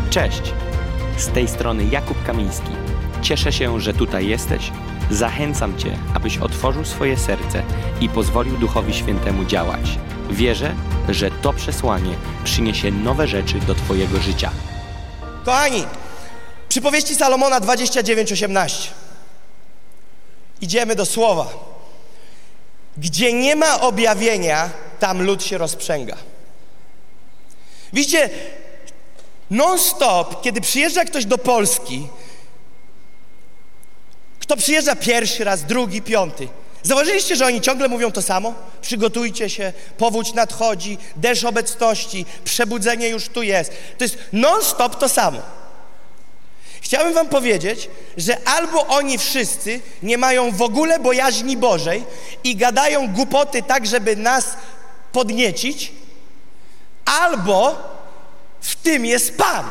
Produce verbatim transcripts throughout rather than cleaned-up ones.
Cześć! Z tej strony Jakub Kamiński. Cieszę się, że tutaj jesteś. Zachęcam Cię, abyś otworzył swoje serce i pozwolił Duchowi Świętemu działać. Wierzę, że to przesłanie przyniesie nowe rzeczy do Twojego życia. Kochani, przypowieści Salomona dwadzieścia dziewięć osiemnaście. Idziemy do słowa. Gdzie nie ma objawienia, tam lud się rozprzęga. Widzicie, non-stop, kiedy przyjeżdża ktoś do Polski, kto przyjeżdża pierwszy raz, drugi, piąty, zauważyliście, że oni ciągle mówią to samo? Przygotujcie się, powódź nadchodzi, deszcz obecności, przebudzenie już tu jest. To jest non-stop to samo. Chciałbym wam powiedzieć, że albo oni wszyscy nie mają w ogóle bojaźni Bożej i gadają głupoty tak, żeby nas podniecić, albo w tym jest Pan.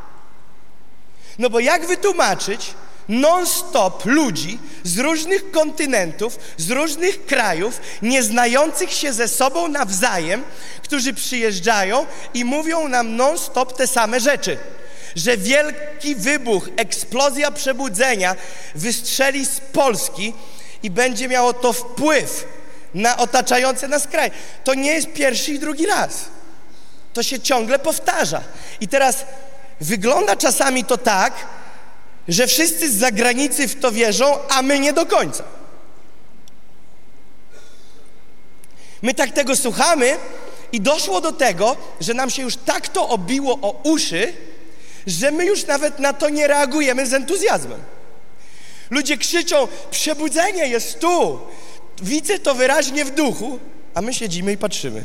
No bo jak wytłumaczyć non-stop ludzi z różnych kontynentów, z różnych krajów, nie znających się ze sobą nawzajem, którzy przyjeżdżają i mówią nam non-stop te same rzeczy. Że wielki wybuch, eksplozja przebudzenia wystrzeli z Polski i będzie miało to wpływ na otaczający nas kraj. To nie jest pierwszy i drugi raz. To się ciągle powtarza. I teraz wygląda czasami to tak, że wszyscy z zagranicy w to wierzą, a my nie do końca. My tak tego słuchamy i doszło do tego, że nam się już tak to obiło o uszy, że my już nawet na to nie reagujemy z entuzjazmem. Ludzie krzyczą, przebudzenie jest tu. Widzę to wyraźnie w duchu, a my siedzimy i patrzymy.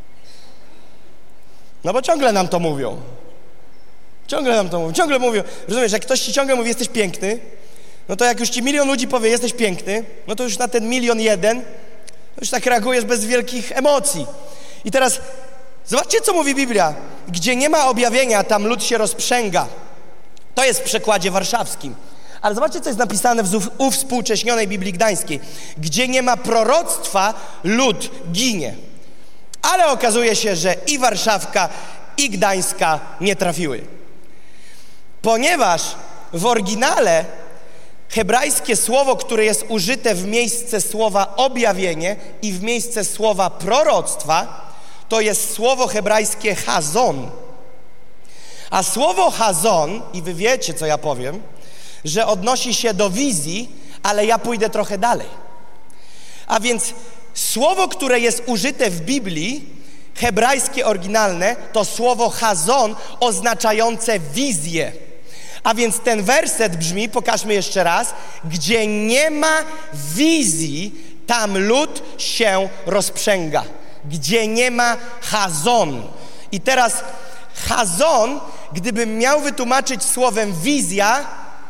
No bo ciągle nam to mówią. Ciągle nam to mówią, ciągle mówią. Rozumiesz, jak ktoś ci ciągle mówi, jesteś piękny, no to jak już ci milion ludzi powie, jesteś piękny, no to już na ten milion jeden, to już tak reagujesz bez wielkich emocji. I teraz zobaczcie, co mówi Biblia. Gdzie nie ma objawienia, tam lud się rozprzęga. To jest w przekładzie warszawskim. Ale zobaczcie, co jest napisane w uwspółcześnionej Biblii Gdańskiej. Gdzie nie ma proroctwa, lud ginie. Ale okazuje się, że i Warszawka, i Gdańska nie trafiły. Ponieważ w oryginale hebrajskie słowo, które jest użyte w miejsce słowa objawienie i w miejsce słowa proroctwa, to jest słowo hebrajskie chazon. A słowo chazon, i wy wiecie, co ja powiem, że odnosi się do wizji, ale ja pójdę trochę dalej. A więc słowo, które jest użyte w Biblii, hebrajskie oryginalne, to słowo chazon oznaczające wizję. A więc ten werset brzmi, pokażmy jeszcze raz, gdzie nie ma wizji, tam lud się rozprzęga. Gdzie nie ma chazon. I teraz chazon, gdybym miał wytłumaczyć słowem wizja,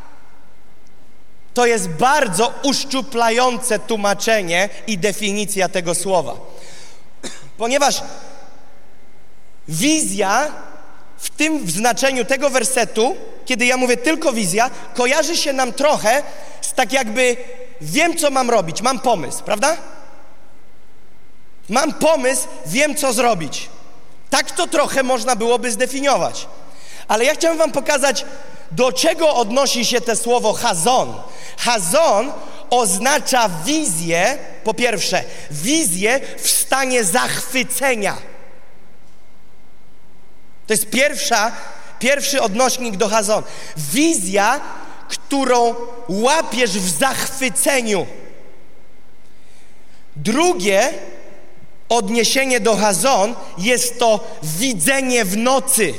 to jest bardzo uszczuplające tłumaczenie i definicja tego słowa. Ponieważ wizja w tym w znaczeniu tego wersetu, kiedy ja mówię tylko wizja, kojarzy się nam trochę z tak jakby wiem, co mam robić, mam pomysł, prawda? Mam pomysł, wiem, co zrobić. Tak to trochę można byłoby zdefiniować. Ale ja chciałem wam pokazać, do czego odnosi się to słowo chazon. Chazon oznacza wizję, po pierwsze, wizję w stanie zachwycenia. To jest pierwsza, pierwszy odnośnik do chazon. Wizja, którą łapiesz w zachwyceniu. Drugie odniesienie do chazon jest to widzenie w nocy.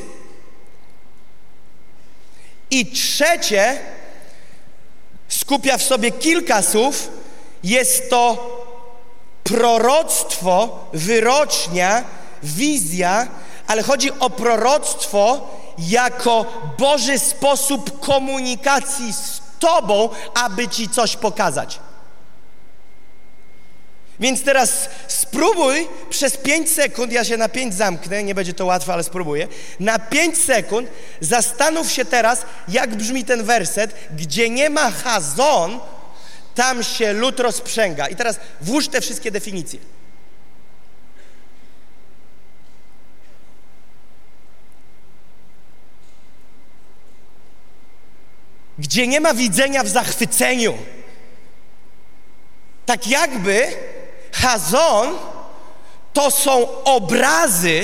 I trzecie skupia w sobie kilka słów, jest to proroctwo, wyrocznia, wizja, ale chodzi o proroctwo jako Boży sposób komunikacji z Tobą, aby Ci coś pokazać. Więc teraz spróbuj przez pięć sekund, ja się na pięć zamknę, nie będzie to łatwe, ale spróbuję. Na pięć sekund zastanów się teraz, jak brzmi ten werset, gdzie nie ma chazon, tam się lud rozprzęga. I teraz włóż te wszystkie definicje. gdzie nie ma widzenia w zachwyceniu. Tak jakby chazon to są obrazy,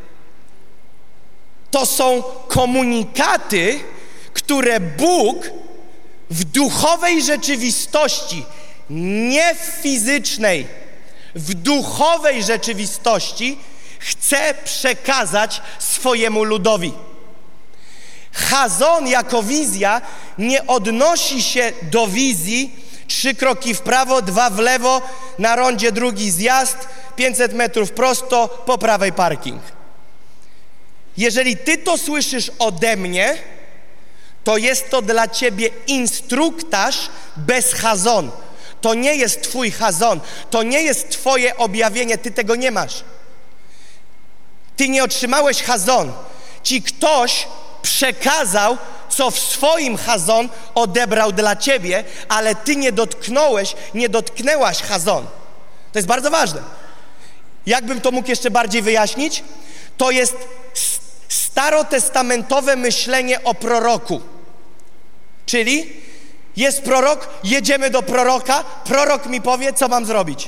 to są komunikaty, które Bóg w duchowej rzeczywistości, nie w fizycznej, w duchowej rzeczywistości chce przekazać swojemu ludowi. Chazon jako wizja nie odnosi się do wizji trzy kroki w prawo, dwa w lewo, na rondzie drugi zjazd, pięćset metrów prosto, po prawej parking. Jeżeli ty to słyszysz ode mnie, to jest to dla ciebie instruktaż bez chazon. To nie jest twój chazon, to nie jest twoje objawienie, ty tego nie masz. Ty nie otrzymałeś chazon. Ci ktoś przekazał, co w swoim chazon odebrał dla ciebie, ale ty nie dotknąłeś, nie dotknęłaś chazon. To jest bardzo ważne. Jakbym to mógł jeszcze bardziej wyjaśnić? To jest starotestamentowe myślenie o proroku. Czyli jest prorok, jedziemy do proroka, prorok mi powie, co mam zrobić.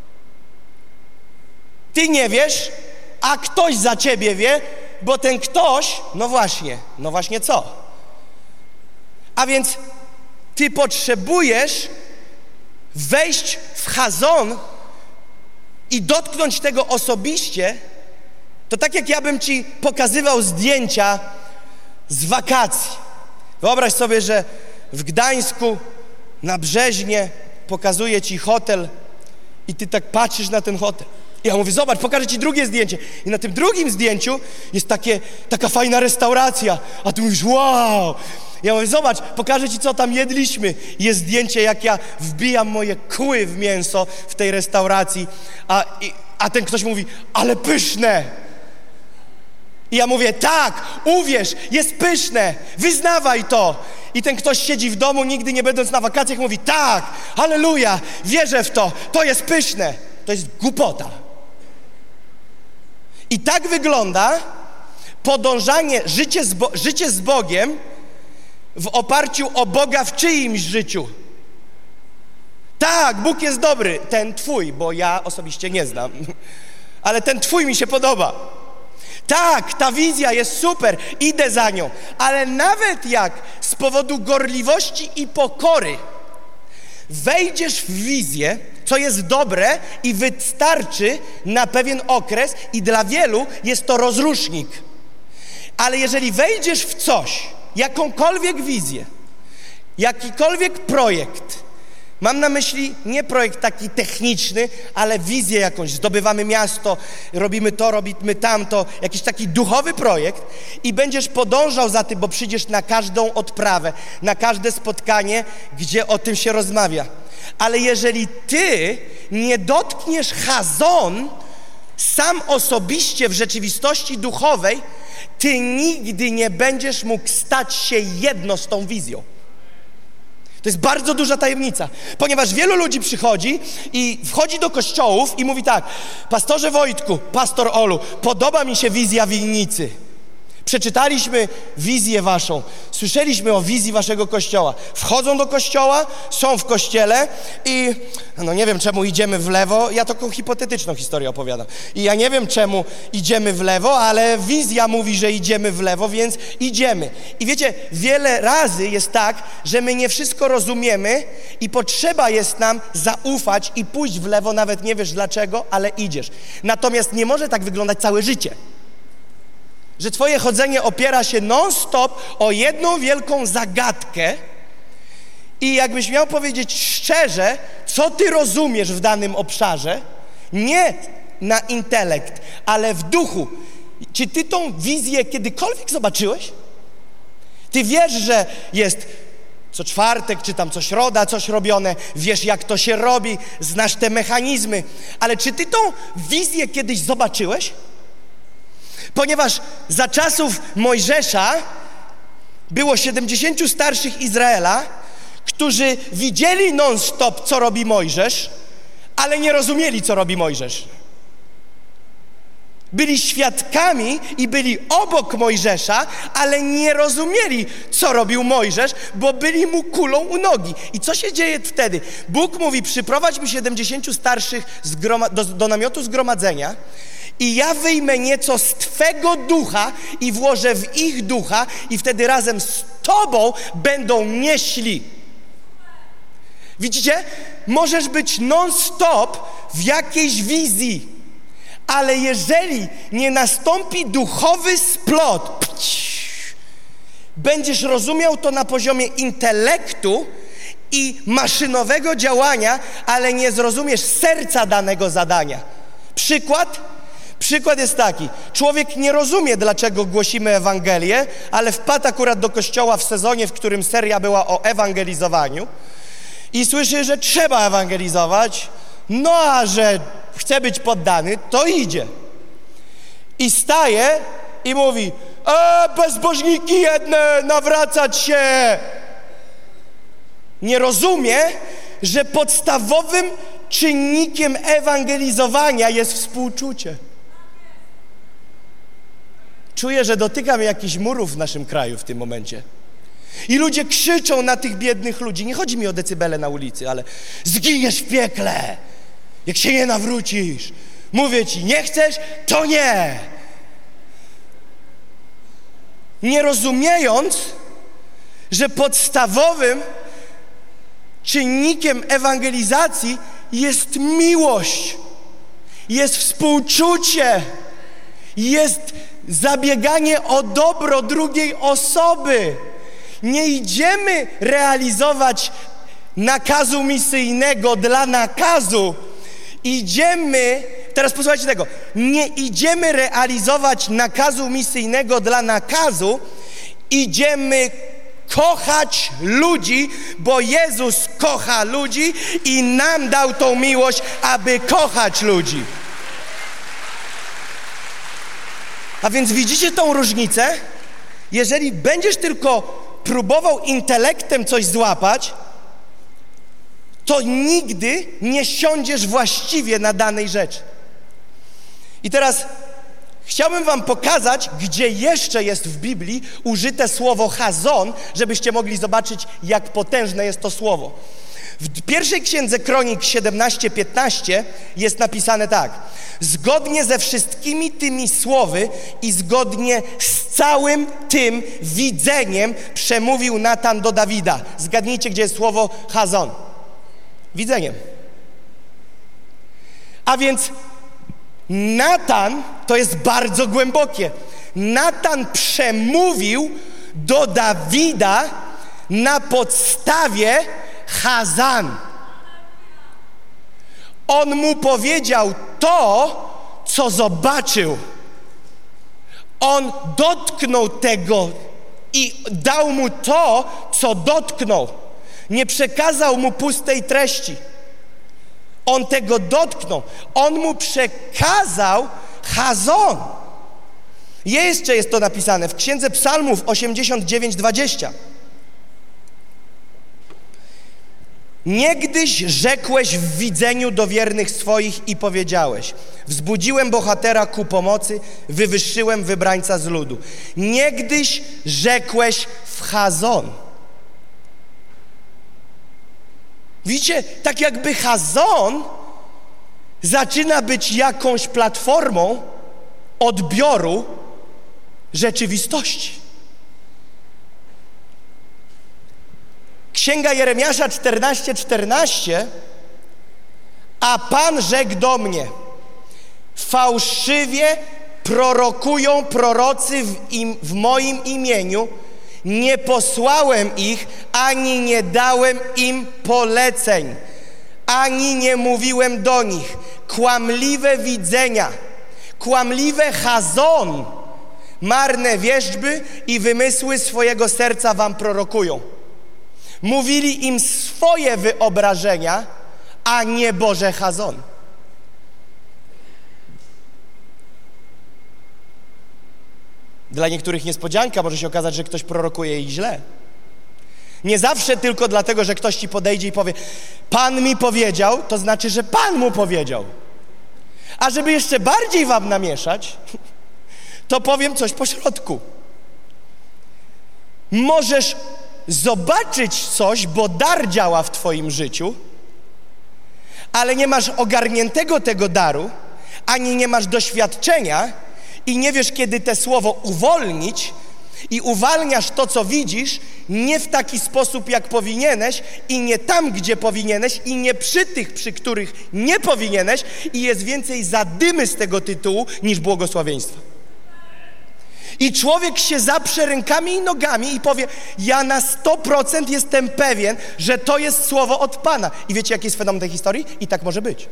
Ty nie wiesz, a ktoś za ciebie wie, bo ten ktoś, no właśnie, no właśnie co? A więc ty potrzebujesz wejść w chazon i dotknąć tego osobiście. To tak jak ja bym ci pokazywał zdjęcia z wakacji. Wyobraź sobie, że w Gdańsku na Brzeźnie pokazuje ci hotel i ty tak patrzysz na ten hotel. I ja mówię, zobacz, pokażę ci drugie zdjęcie. I na tym drugim zdjęciu jest takie, taka fajna restauracja. A ty mówisz, wow. Ja mówię, zobacz, pokażę ci, co tam jedliśmy. Jest zdjęcie, jak ja wbijam moje kły w mięso w tej restauracji. A, i, a ten ktoś mówi, ale pyszne. I ja mówię, tak, uwierz, jest pyszne, wyznawaj to. I ten ktoś siedzi w domu, nigdy nie będąc na wakacjach, mówi, tak, halleluja, wierzę w to, to jest pyszne. To jest głupota. I tak wygląda podążanie, życie z, Bo- życie z Bogiem w oparciu o Boga w czyimś życiu. Tak, Bóg jest dobry, ten twój, bo ja osobiście nie znam, ale ten twój mi się podoba. Tak, ta wizja jest super, idę za nią, ale nawet jak z powodu gorliwości i pokory wejdziesz w wizję, co jest dobre i wystarczy na pewien okres i dla wielu jest to rozrusznik. Ale jeżeli wejdziesz w coś, jakąkolwiek wizję, jakikolwiek projekt, mam na myśli nie projekt taki techniczny, ale wizję jakąś, zdobywamy miasto, robimy to, robimy tamto, jakiś taki duchowy projekt i będziesz podążał za tym, bo przyjdziesz na każdą odprawę, na każde spotkanie, gdzie o tym się rozmawia. Ale jeżeli ty nie dotkniesz chazon sam osobiście w rzeczywistości duchowej, ty nigdy nie będziesz mógł stać się jedno z tą wizją. To jest bardzo duża tajemnica, ponieważ wielu ludzi przychodzi i wchodzi do kościołów i mówi tak, pastorze Wojtku, pastor Olu, podoba mi się wizja winnicy. Przeczytaliśmy wizję waszą, słyszeliśmy o wizji waszego kościoła. Wchodzą do kościoła, są w kościele i no nie wiem czemu idziemy w lewo, ja taką hipotetyczną historię opowiadam. I ja nie wiem czemu idziemy w lewo, ale wizja mówi, że idziemy w lewo, więc idziemy. I wiecie, wiele razy jest tak, że my nie wszystko rozumiemy i potrzeba jest nam zaufać i pójść w lewo, nawet nie wiesz dlaczego, ale idziesz. Natomiast nie może tak wyglądać całe życie. Że twoje chodzenie opiera się non-stop o jedną wielką zagadkę i jakbyś miał powiedzieć szczerze, co ty rozumiesz w danym obszarze, nie na intelekt, ale w duchu. Czy ty tą wizję kiedykolwiek zobaczyłeś? Ty wiesz, że jest co czwartek, czy tam co środa coś robione, wiesz jak to się robi, znasz te mechanizmy, ale czy ty tą wizję kiedyś zobaczyłeś? Ponieważ za czasów Mojżesza było siedemdziesięciu starszych Izraela, którzy widzieli non-stop, co robi Mojżesz, ale nie rozumieli, co robi Mojżesz. Byli świadkami i byli obok Mojżesza, ale nie rozumieli, co robił Mojżesz, bo byli mu kulą u nogi. I co się dzieje wtedy? Bóg mówi, przyprowadź mi siedemdziesięciu starszych do, do namiotu zgromadzenia i ja wyjmę nieco z Twego ducha i włożę w ich ducha i wtedy razem z Tobą będą nieśli. Widzicie? Możesz być non-stop w jakiejś wizji, ale jeżeli nie nastąpi duchowy splot, pć, będziesz rozumiał to na poziomie intelektu i maszynowego działania, ale nie zrozumiesz serca danego zadania. Przykład? Przykład jest taki. Człowiek nie rozumie, dlaczego głosimy Ewangelię, ale wpadł akurat do kościoła w sezonie, w którym seria była o ewangelizowaniu i słyszy, że trzeba ewangelizować, no a że chce być poddany, to idzie. I staje i mówi, e, bezbożniki jedne, nawracać się. Nie rozumie, że podstawowym czynnikiem ewangelizowania jest współczucie. Czuję, że dotykam jakichś murów w naszym kraju w tym momencie. I ludzie krzyczą na tych biednych ludzi. Nie chodzi mi o decybele na ulicy, ale zginiesz w piekle, jak się nie nawrócisz. Mówię ci, nie chcesz, to nie. Nie rozumiejąc, że podstawowym czynnikiem ewangelizacji jest miłość, jest współczucie, jest zabieganie o dobro drugiej osoby. Nie idziemy realizować nakazu misyjnego dla nakazu. Idziemy, teraz posłuchajcie tego, nie idziemy realizować nakazu misyjnego dla nakazu, idziemy kochać ludzi, bo Jezus kocha ludzi i nam dał tą miłość, aby kochać ludzi. A więc widzicie tą różnicę? Jeżeli będziesz tylko próbował intelektem coś złapać, to nigdy nie siądziesz właściwie na danej rzeczy. I teraz chciałbym wam pokazać, gdzie jeszcze jest w Biblii użyte słowo chazon, żebyście mogli zobaczyć, jak potężne jest to słowo. W pierwszej księdze Kronik siedemnaście piętnaście jest napisane tak. Zgodnie ze wszystkimi tymi słowy i zgodnie z całym tym widzeniem przemówił Natan do Dawida. Zgadnijcie, gdzie jest słowo chazon. Widzeniem. A więc Natan, to jest bardzo głębokie, Natan przemówił do Dawida na podstawie chazan. On mu powiedział to, co zobaczył. On dotknął tego i dał mu to, co dotknął. Nie przekazał mu pustej treści. On tego dotknął. On mu przekazał chazon. Jeszcze jest to napisane w Księdze Psalmów osiemdziesiąt dziewięć dwadzieścia. Niegdyś rzekłeś w widzeniu do wiernych swoich i powiedziałeś: wzbudziłem bohatera ku pomocy, wywyższyłem wybrańca z ludu. Niegdyś rzekłeś w chazon. Widzicie, tak jakby chazon zaczyna być jakąś platformą odbioru rzeczywistości. Księga Jeremiasza czternaście czternaście. A Pan rzekł do mnie: fałszywie prorokują prorocy w, im, w moim imieniu, nie posłałem ich, ani nie dałem im poleceń, ani nie mówiłem do nich. Kłamliwe widzenia, kłamliwe chazon, marne wierzby i wymysły swojego serca wam prorokują. Mówili im swoje wyobrażenia, a nie Boże chazon. Dla niektórych niespodzianka, może się okazać, że ktoś prorokuje ich źle. Nie zawsze tylko dlatego, że ktoś ci podejdzie i powie: Pan mi powiedział, to znaczy, że Pan mu powiedział. A żeby jeszcze bardziej wam namieszać, to powiem coś po środku. Możesz zobaczyć coś, bo dar działa w twoim życiu, ale nie masz ogarniętego tego daru, ani nie masz doświadczenia i nie wiesz, kiedy te słowo uwolnić i uwalniasz to, co widzisz, nie w taki sposób, jak powinieneś i nie tam, gdzie powinieneś i nie przy tych, przy których nie powinieneś i jest więcej zadymy z tego tytułu niż błogosławieństwa. I człowiek się zaprze rękami i nogami i powie, ja na sto procent jestem pewien, że to jest słowo od Pana. I wiecie, jaki jest fenomen tej historii? I tak może być.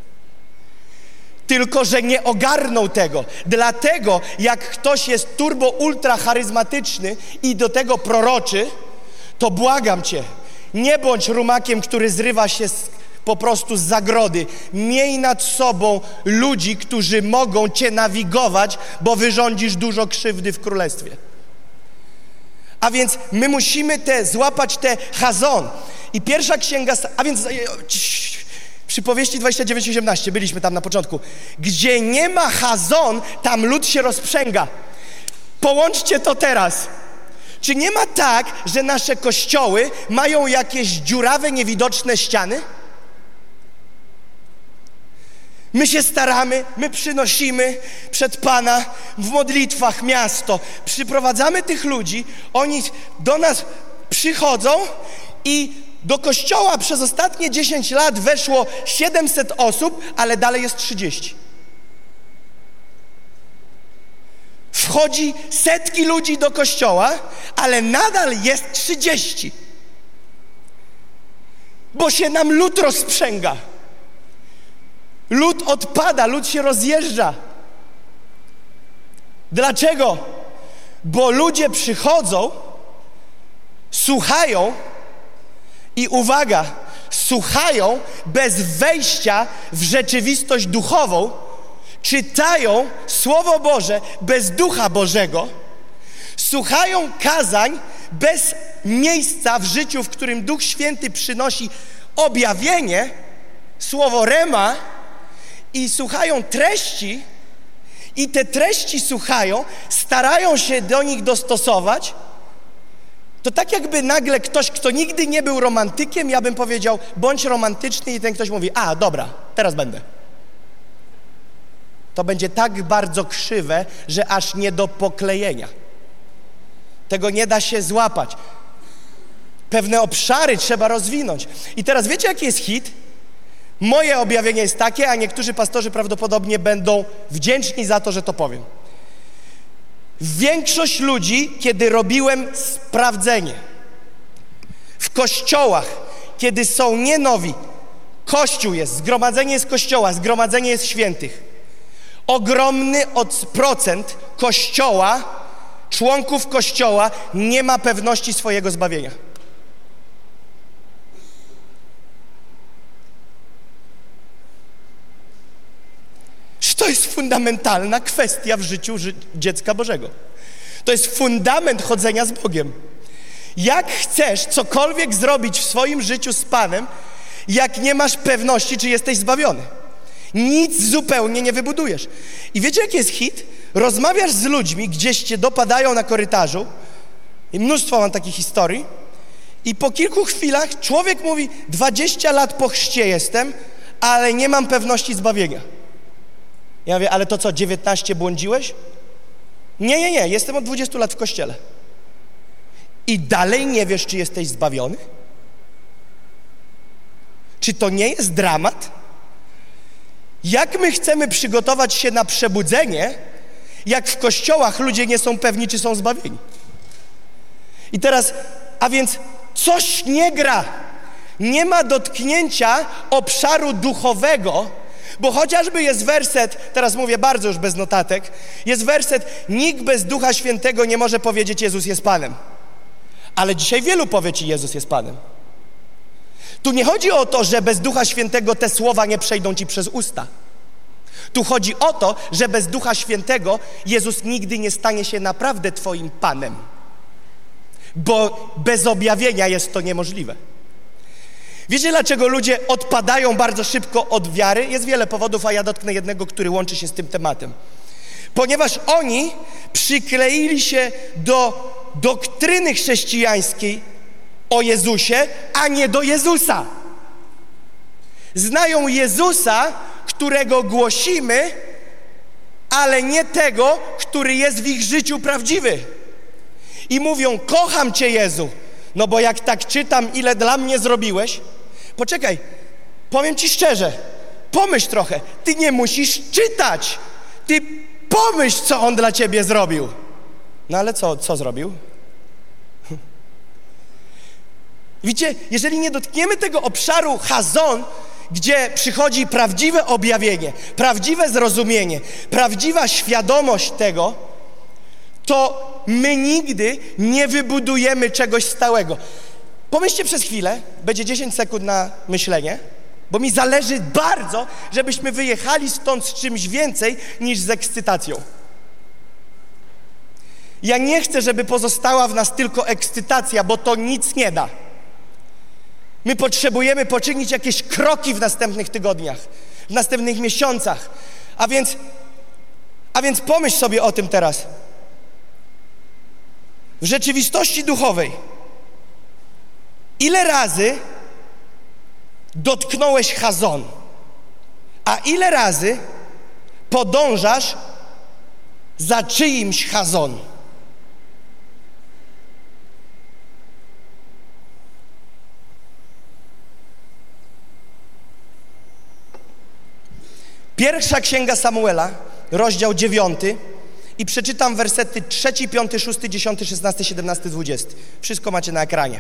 Tylko że nie ogarnął tego. Dlatego jak ktoś jest turbo ultra charyzmatyczny i do tego proroczy, to błagam cię, nie bądź rumakiem, który zrywa się z, po prostu z zagrody. Miej nad sobą ludzi, którzy mogą cię nawigować, bo wyrządzisz dużo krzywdy w królestwie. A więc my musimy te, złapać te chazon. I pierwsza księga, a więc Przypowieści dwadzieścia dziewięć osiemnaście, byliśmy tam na początku. Gdzie nie ma chazon, tam lud się rozprzęga. Połączcie to teraz. Czy nie ma tak, że nasze kościoły mają jakieś dziurawe, niewidoczne ściany? My się staramy, my przynosimy przed Pana w modlitwach miasto. Przyprowadzamy tych ludzi, oni do nas przychodzą i do kościoła przez ostatnie dziesięć lat weszło siedemset osób, ale dalej jest trzydzieści. Wchodzi setki ludzi do kościoła, ale nadal jest trzydzieści. Bo się nam lud rozprzęga. Lud odpada, lud się rozjeżdża. Dlaczego? Bo ludzie przychodzą, słuchają i uwaga, słuchają bez wejścia w rzeczywistość duchową, czytają Słowo Boże bez Ducha Bożego, słuchają kazań bez miejsca w życiu, w którym Duch Święty przynosi objawienie, słowo rema, i słuchają treści i te treści słuchają, starają się do nich dostosować. To tak jakby nagle ktoś, kto nigdy nie był romantykiem, ja bym powiedział, bądź romantyczny, i ten ktoś mówi, a dobra, teraz będę. To będzie tak bardzo krzywe, że aż nie do poklejenia. Tego nie da się złapać. Pewne obszary trzeba rozwinąć. I teraz wiecie, jaki jest hit? Moje objawienie jest takie, a niektórzy pastorzy prawdopodobnie będą wdzięczni za to, że to powiem. Większość ludzi, kiedy robiłem sprawdzenie w kościołach, kiedy są nie nowi, kościół jest, zgromadzenie jest kościoła, zgromadzenie jest świętych. Ogromny od procent kościoła, członków kościoła nie ma pewności swojego zbawienia. To jest fundamentalna kwestia w życiu ży- dziecka Bożego. To jest fundament chodzenia z Bogiem. Jak chcesz cokolwiek zrobić w swoim życiu z Panem, jak nie masz pewności, czy jesteś zbawiony? Nic zupełnie nie wybudujesz. I wiecie, jaki jest hit? Rozmawiasz z ludźmi, gdzieś cię dopadają na korytarzu, i mnóstwo mam takich historii, i po kilku chwilach człowiek mówi, dwadzieścia lat po chrzcie jestem, ale nie mam pewności zbawienia. Ja mówię, ale to co, dziewiętnaście błądziłeś? Nie, nie, nie, jestem od dwudziestu lat w kościele. I dalej nie wiesz, czy jesteś zbawiony? Czy to nie jest dramat? Jak my chcemy przygotować się na przebudzenie, jak w kościołach ludzie nie są pewni, czy są zbawieni? I teraz, a więc coś nie gra. Nie ma dotknięcia obszaru duchowego, bo chociażby jest werset, teraz mówię bardzo już bez notatek, jest werset, nikt bez Ducha Świętego nie może powiedzieć, Jezus jest Panem. Ale dzisiaj wielu powie ci, Jezus jest Panem. Tu nie chodzi o to, że bez Ducha Świętego te słowa nie przejdą ci przez usta. Tu chodzi o to, że bez Ducha Świętego Jezus nigdy nie stanie się naprawdę twoim Panem. Bo bez objawienia jest to niemożliwe. Wiecie, dlaczego ludzie odpadają bardzo szybko od wiary? Jest wiele powodów, a ja dotknę jednego, który łączy się z tym tematem. Ponieważ oni przykleili się do doktryny chrześcijańskiej o Jezusie, a nie do Jezusa. Znają Jezusa, którego głosimy, ale nie tego, który jest w ich życiu prawdziwy. I mówią, kocham Cię, Jezu, no bo jak tak czytam, ile dla mnie zrobiłeś. Poczekaj, powiem Ci szczerze, pomyśl trochę, Ty nie musisz czytać. Ty pomyśl, co On dla Ciebie zrobił. No ale co, co zrobił? Widzicie, jeżeli nie dotkniemy tego obszaru chazon, gdzie przychodzi prawdziwe objawienie, prawdziwe zrozumienie, prawdziwa świadomość tego, to my nigdy nie wybudujemy czegoś stałego. Pomyślcie przez chwilę, będzie dziesięć sekund na myślenie, bo mi zależy bardzo, żebyśmy wyjechali stąd z czymś więcej niż z ekscytacją. Ja nie chcę, żeby pozostała w nas tylko ekscytacja, bo to nic nie da. My potrzebujemy poczynić jakieś kroki w następnych tygodniach, w następnych miesiącach. A więc, a więc pomyśl sobie o tym teraz. W rzeczywistości duchowej, ile razy dotknąłeś chazon, a ile razy podążasz za czyimś chazon? Pierwsza księga Samuela, rozdział dziewiąty i przeczytam wersety trzeci, piąty, szósty, dziesiąty, szesnasty, siedemnasty, dwudziesty. Wszystko macie na ekranie.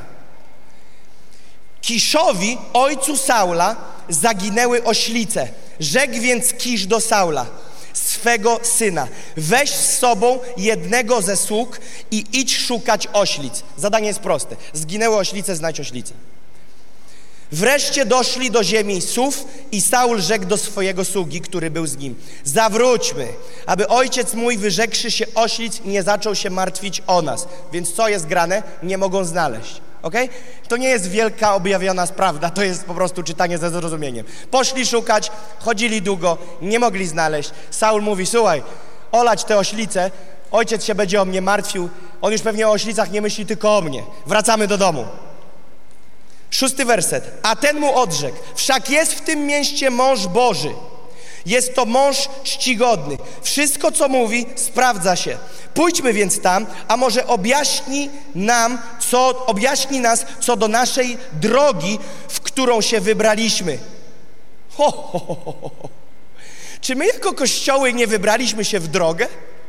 Kiszowi, ojcu Saula, zaginęły oślice. Rzekł więc Kisz do Saula, swego syna, weź z sobą jednego ze sług i idź szukać oślic. Zadanie jest proste. Zginęły oślice, znajdź oślice. Wreszcie doszli do ziemi Suf i Saul rzekł do swojego sługi, który był z nim, zawróćmy, aby ojciec mój, wyrzekłszy się oślic, nie zaczął się martwić o nas. Więc co jest grane? Nie mogą znaleźć. Okay? To nie jest wielka objawiona prawda, to jest po prostu czytanie ze zrozumieniem. Poszli szukać, chodzili długo, nie mogli znaleźć. Saul mówi, słuchaj, olać te oślice, ojciec się będzie o mnie martwił, on już pewnie o oślicach nie myśli, tylko o mnie. Wracamy do domu. Szósty werset. A ten mu odrzekł, wszak jest w tym mieście mąż Boży. Jest to mąż czcigodny. Wszystko, co mówi, sprawdza się. Pójdźmy więc tam, a może objaśni nam, co, objaśni nas co do naszej drogi, w którą się wybraliśmy. Ho, ho, ho, ho, ho. Czy my jako kościoły nie wybraliśmy się w drogę?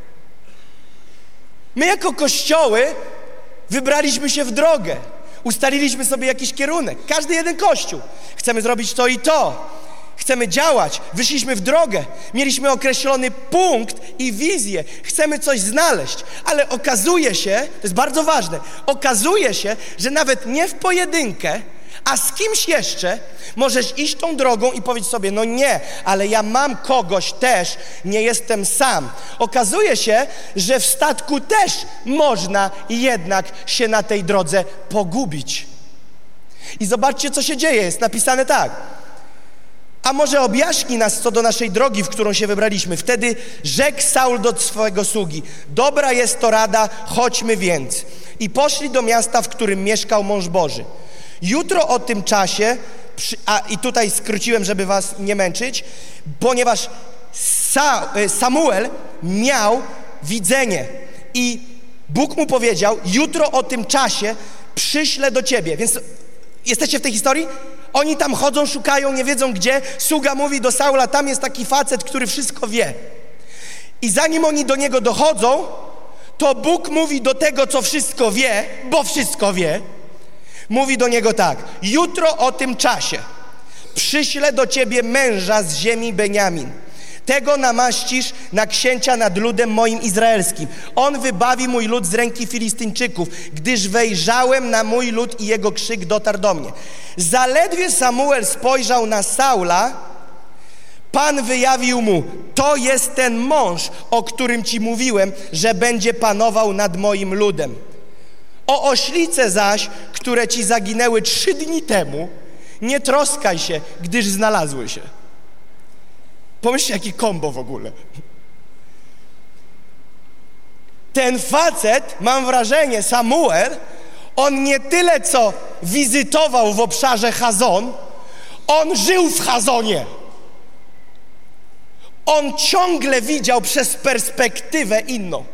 My jako kościoły wybraliśmy się w drogę. Ustaliliśmy sobie jakiś kierunek. Każdy jeden kościół. Chcemy zrobić to i to. Chcemy działać. Wyszliśmy w drogę. Mieliśmy określony punkt i wizję. Chcemy coś znaleźć. Ale okazuje się, to jest bardzo ważne, okazuje się, że nawet nie w pojedynkę, a z kimś jeszcze możesz iść tą drogą i powiedzieć sobie, no nie, ale ja mam kogoś też, nie jestem sam. Okazuje się, że w statku też można jednak się na tej drodze pogubić. I zobaczcie, co się dzieje. Jest napisane tak. A może objaśni nas co do naszej drogi, w którą się wybraliśmy. Wtedy rzekł Saul do swojego sługi, dobra jest to rada, chodźmy więc. I poszli do miasta, w którym mieszkał mąż Boży. Jutro o tym czasie, a i tutaj skróciłem, żeby was nie męczyć, ponieważ Sa, Samuel miał widzenie i Bóg mu powiedział, jutro o tym czasie przyślę do ciebie. Więc jesteście w tej historii? Oni tam chodzą, szukają, nie wiedzą gdzie. Sługa mówi do Saula, tam jest taki facet, który wszystko wie. I zanim oni do niego dochodzą, to Bóg mówi do tego, co wszystko wie, bo wszystko wie, mówi do niego tak, jutro o tym czasie przyślę do ciebie męża z ziemi Beniamin. Tego namaścisz na księcia nad ludem moim izraelskim. On wybawi mój lud z ręki Filistyńczyków, gdyż wejrzałem na mój lud i jego krzyk dotarł do mnie. Zaledwie Samuel spojrzał na Saula, Pan wyjawił mu, to jest ten mąż, o którym ci mówiłem, że będzie panował nad moim ludem. O oślice zaś, które ci zaginęły trzy dni temu, Nie troskaj się, gdyż znalazły się. Pomyślcie, jaki kombo w ogóle. Ten facet, mam wrażenie, Samuel, on nie tyle co wizytował w obszarze Chazon, on żył w Chazonie. On ciągle widział przez perspektywę inną.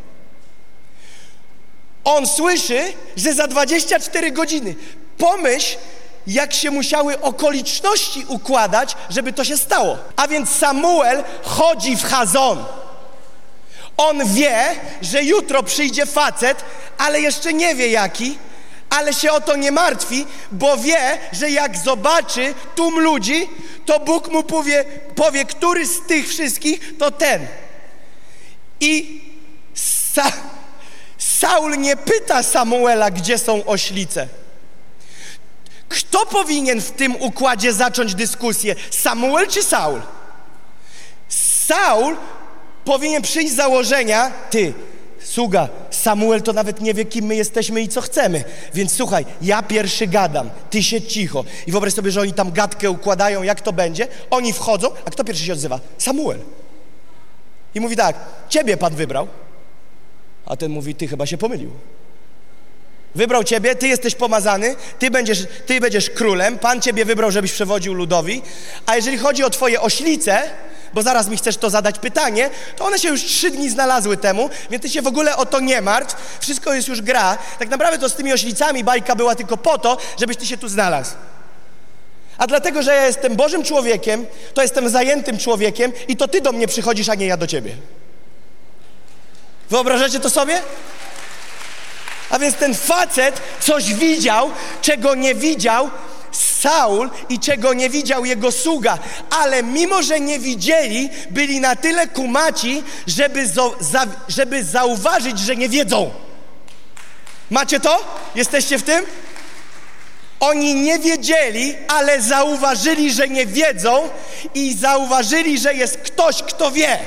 On słyszy, że za dwadzieścia cztery godziny. Pomyśl, jak się musiały okoliczności układać, żeby to się stało. A więc Samuel chodzi w Chazon. On wie, że jutro przyjdzie facet, ale jeszcze nie wie jaki, ale się o to nie martwi, bo wie, że jak zobaczy tłum ludzi, to Bóg mu powie, powie, który z tych wszystkich to ten. I Sa Saul nie pyta Samuela, gdzie są oślice. Kto powinien w tym układzie zacząć dyskusję? Samuel czy Saul? Saul powinien przyjść z założenia, ty, sługa, Samuel to nawet nie wie, kim my jesteśmy i co chcemy. Więc słuchaj, ja pierwszy gadam, ty siedź cicho. I wyobraź sobie, że oni tam gadkę układają, jak to będzie. Oni wchodzą, a kto pierwszy się odzywa? Samuel. I mówi tak, ciebie Pan wybrał. A ten mówi, ty chyba się pomylił. Wybrał ciebie, ty jesteś pomazany, ty będziesz, ty będziesz królem, Pan ciebie wybrał, żebyś przewodził ludowi. A jeżeli chodzi o twoje oślice, bo zaraz mi chcesz to zadać pytanie, to one się już trzy dni znalazły temu, więc ty się w ogóle o to nie martw, wszystko jest już gra. Tak naprawdę to z tymi oślicami bajka była tylko po to, żebyś ty się tu znalazł. A dlatego, że ja jestem Bożym człowiekiem, to jestem zajętym człowiekiem i to ty do mnie przychodzisz, a nie ja do ciebie. Wyobrażacie to sobie? A więc ten facet coś widział, czego nie widział Saul i czego nie widział jego sługa, ale mimo, że nie widzieli, byli na tyle kumaci, żeby, zo, za, żeby zauważyć, że nie wiedzą. Macie to? Jesteście w tym? Oni nie wiedzieli, ale zauważyli, że nie wiedzą i zauważyli, że jest ktoś, kto wie.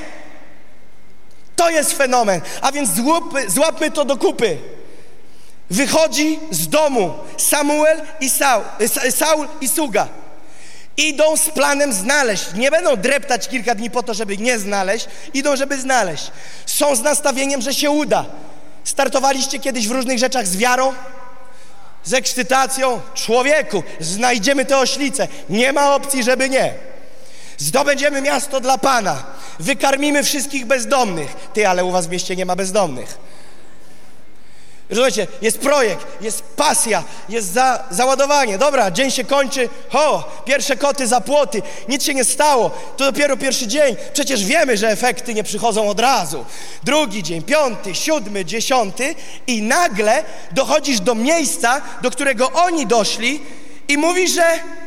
To jest fenomen. A więc złapmy, złapmy to do kupy. Wychodzi z domu Samuel i Saul, Saul i sługa. Idą z planem znaleźć. Nie będą dreptać kilka dni po to, żeby nie znaleźć. Idą, żeby znaleźć. Są z nastawieniem, że się uda. Startowaliście kiedyś w różnych rzeczach z wiarą? Z ekscytacją? Człowieku, znajdziemy te oślice. Nie ma opcji, żeby nie. Zdobędziemy miasto dla Pana. Wykarmimy wszystkich bezdomnych. Ty, ale u was w mieście nie ma bezdomnych. Rozumiecie, jest projekt, jest pasja, jest za, załadowanie. Dobra, dzień się kończy, ho, pierwsze koty za płoty, nic się nie stało, to dopiero pierwszy dzień. Przecież wiemy, że efekty nie przychodzą od razu. Drugi dzień, piąty, siódmy, dziesiąty i nagle dochodzisz do miejsca, do którego oni doszli i mówisz, że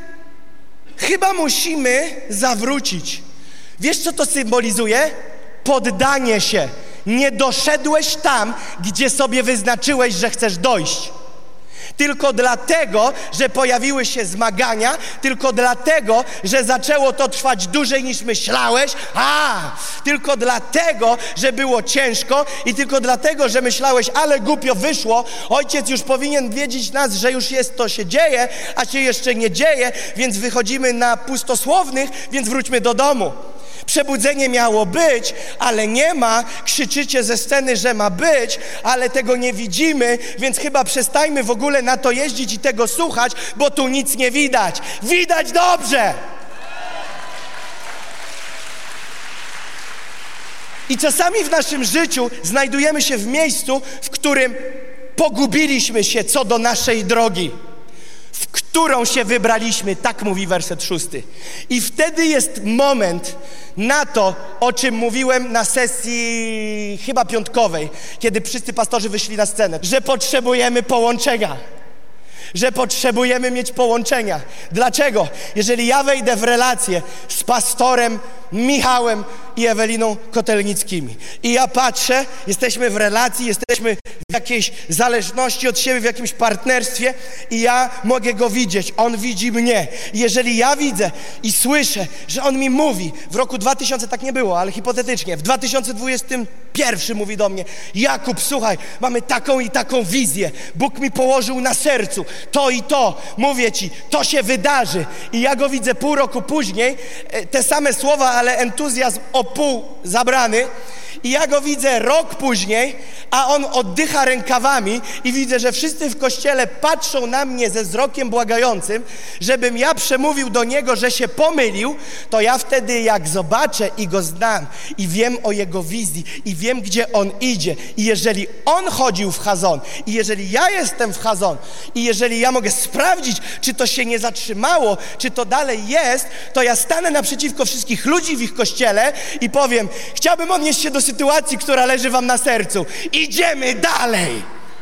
chyba musimy zawrócić. Wiesz, co to symbolizuje? Poddanie się. Nie doszedłeś tam, gdzie sobie wyznaczyłeś, że chcesz dojść. Tylko dlatego, że pojawiły się zmagania, tylko dlatego, że zaczęło to trwać dłużej niż myślałeś, a tylko dlatego, że było ciężko i tylko dlatego, że myślałeś, ale głupio wyszło, Ojciec już powinien wiedzieć nas, że już jest, to się dzieje, a się jeszcze nie dzieje, więc wychodzimy na pustosłownych, więc wróćmy do domu. Przebudzenie miało być, ale nie ma. Krzyczycie ze sceny, że ma być, ale tego nie widzimy, więc chyba przestańmy w ogóle na to jeździć i tego słuchać, bo tu nic nie widać. Widać dobrze! I czasami w naszym życiu znajdujemy się w miejscu, w którym pogubiliśmy się co do naszej drogi, w którą się wybraliśmy, tak mówi werset szósty. I wtedy jest moment na to, o czym mówiłem na sesji chyba piątkowej, kiedy wszyscy pastorzy wyszli na scenę, że potrzebujemy połączenia. Że potrzebujemy mieć połączenia. Dlaczego? Jeżeli ja wejdę w relację z pastorem Michałem i Eweliną Kotelnickimi. I ja patrzę, jesteśmy w relacji, jesteśmy w jakiejś zależności od siebie, w jakimś partnerstwie i ja mogę go widzieć, on widzi mnie. I jeżeli ja widzę i słyszę, że on mi mówi, w roku dwa tysiące tak nie było, ale hipotetycznie, w dwa tysiące dwudziestym pierwszym mówi do mnie: Jakub, słuchaj, mamy taką i taką wizję, Bóg mi położył na sercu to i to, mówię ci, to się wydarzy. I ja go widzę pół roku później, te same słowa, ale entuzjazm o pół zabrany. I ja go widzę rok później, a on oddycha rękawami i widzę, że wszyscy w kościele patrzą na mnie ze wzrokiem błagającym, żebym ja przemówił do niego, że się pomylił, to ja wtedy jak zobaczę i go znam i wiem o jego wizji i wiem, gdzie on idzie i jeżeli on chodził w Chazon i jeżeli ja jestem w Chazon i jeżeli ja mogę sprawdzić, czy to się nie zatrzymało, czy to dalej jest, to ja stanę naprzeciwko wszystkich ludzi w ich kościele i powiem: chciałbym odnieść się do sytuacji, która leży wam na sercu. Idziemy dalej.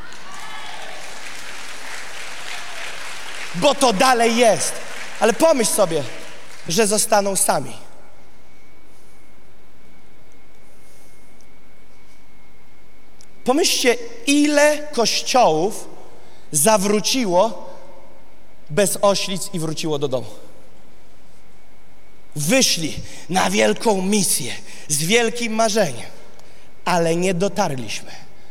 Bo to dalej jest. Ale pomyśl sobie, że zostaną sami. Pomyślcie, ile kościołów zawróciło bez oślic i wróciło do domu. Wyszli na wielką misję z wielkim marzeniem, ale nie dotarliśmy.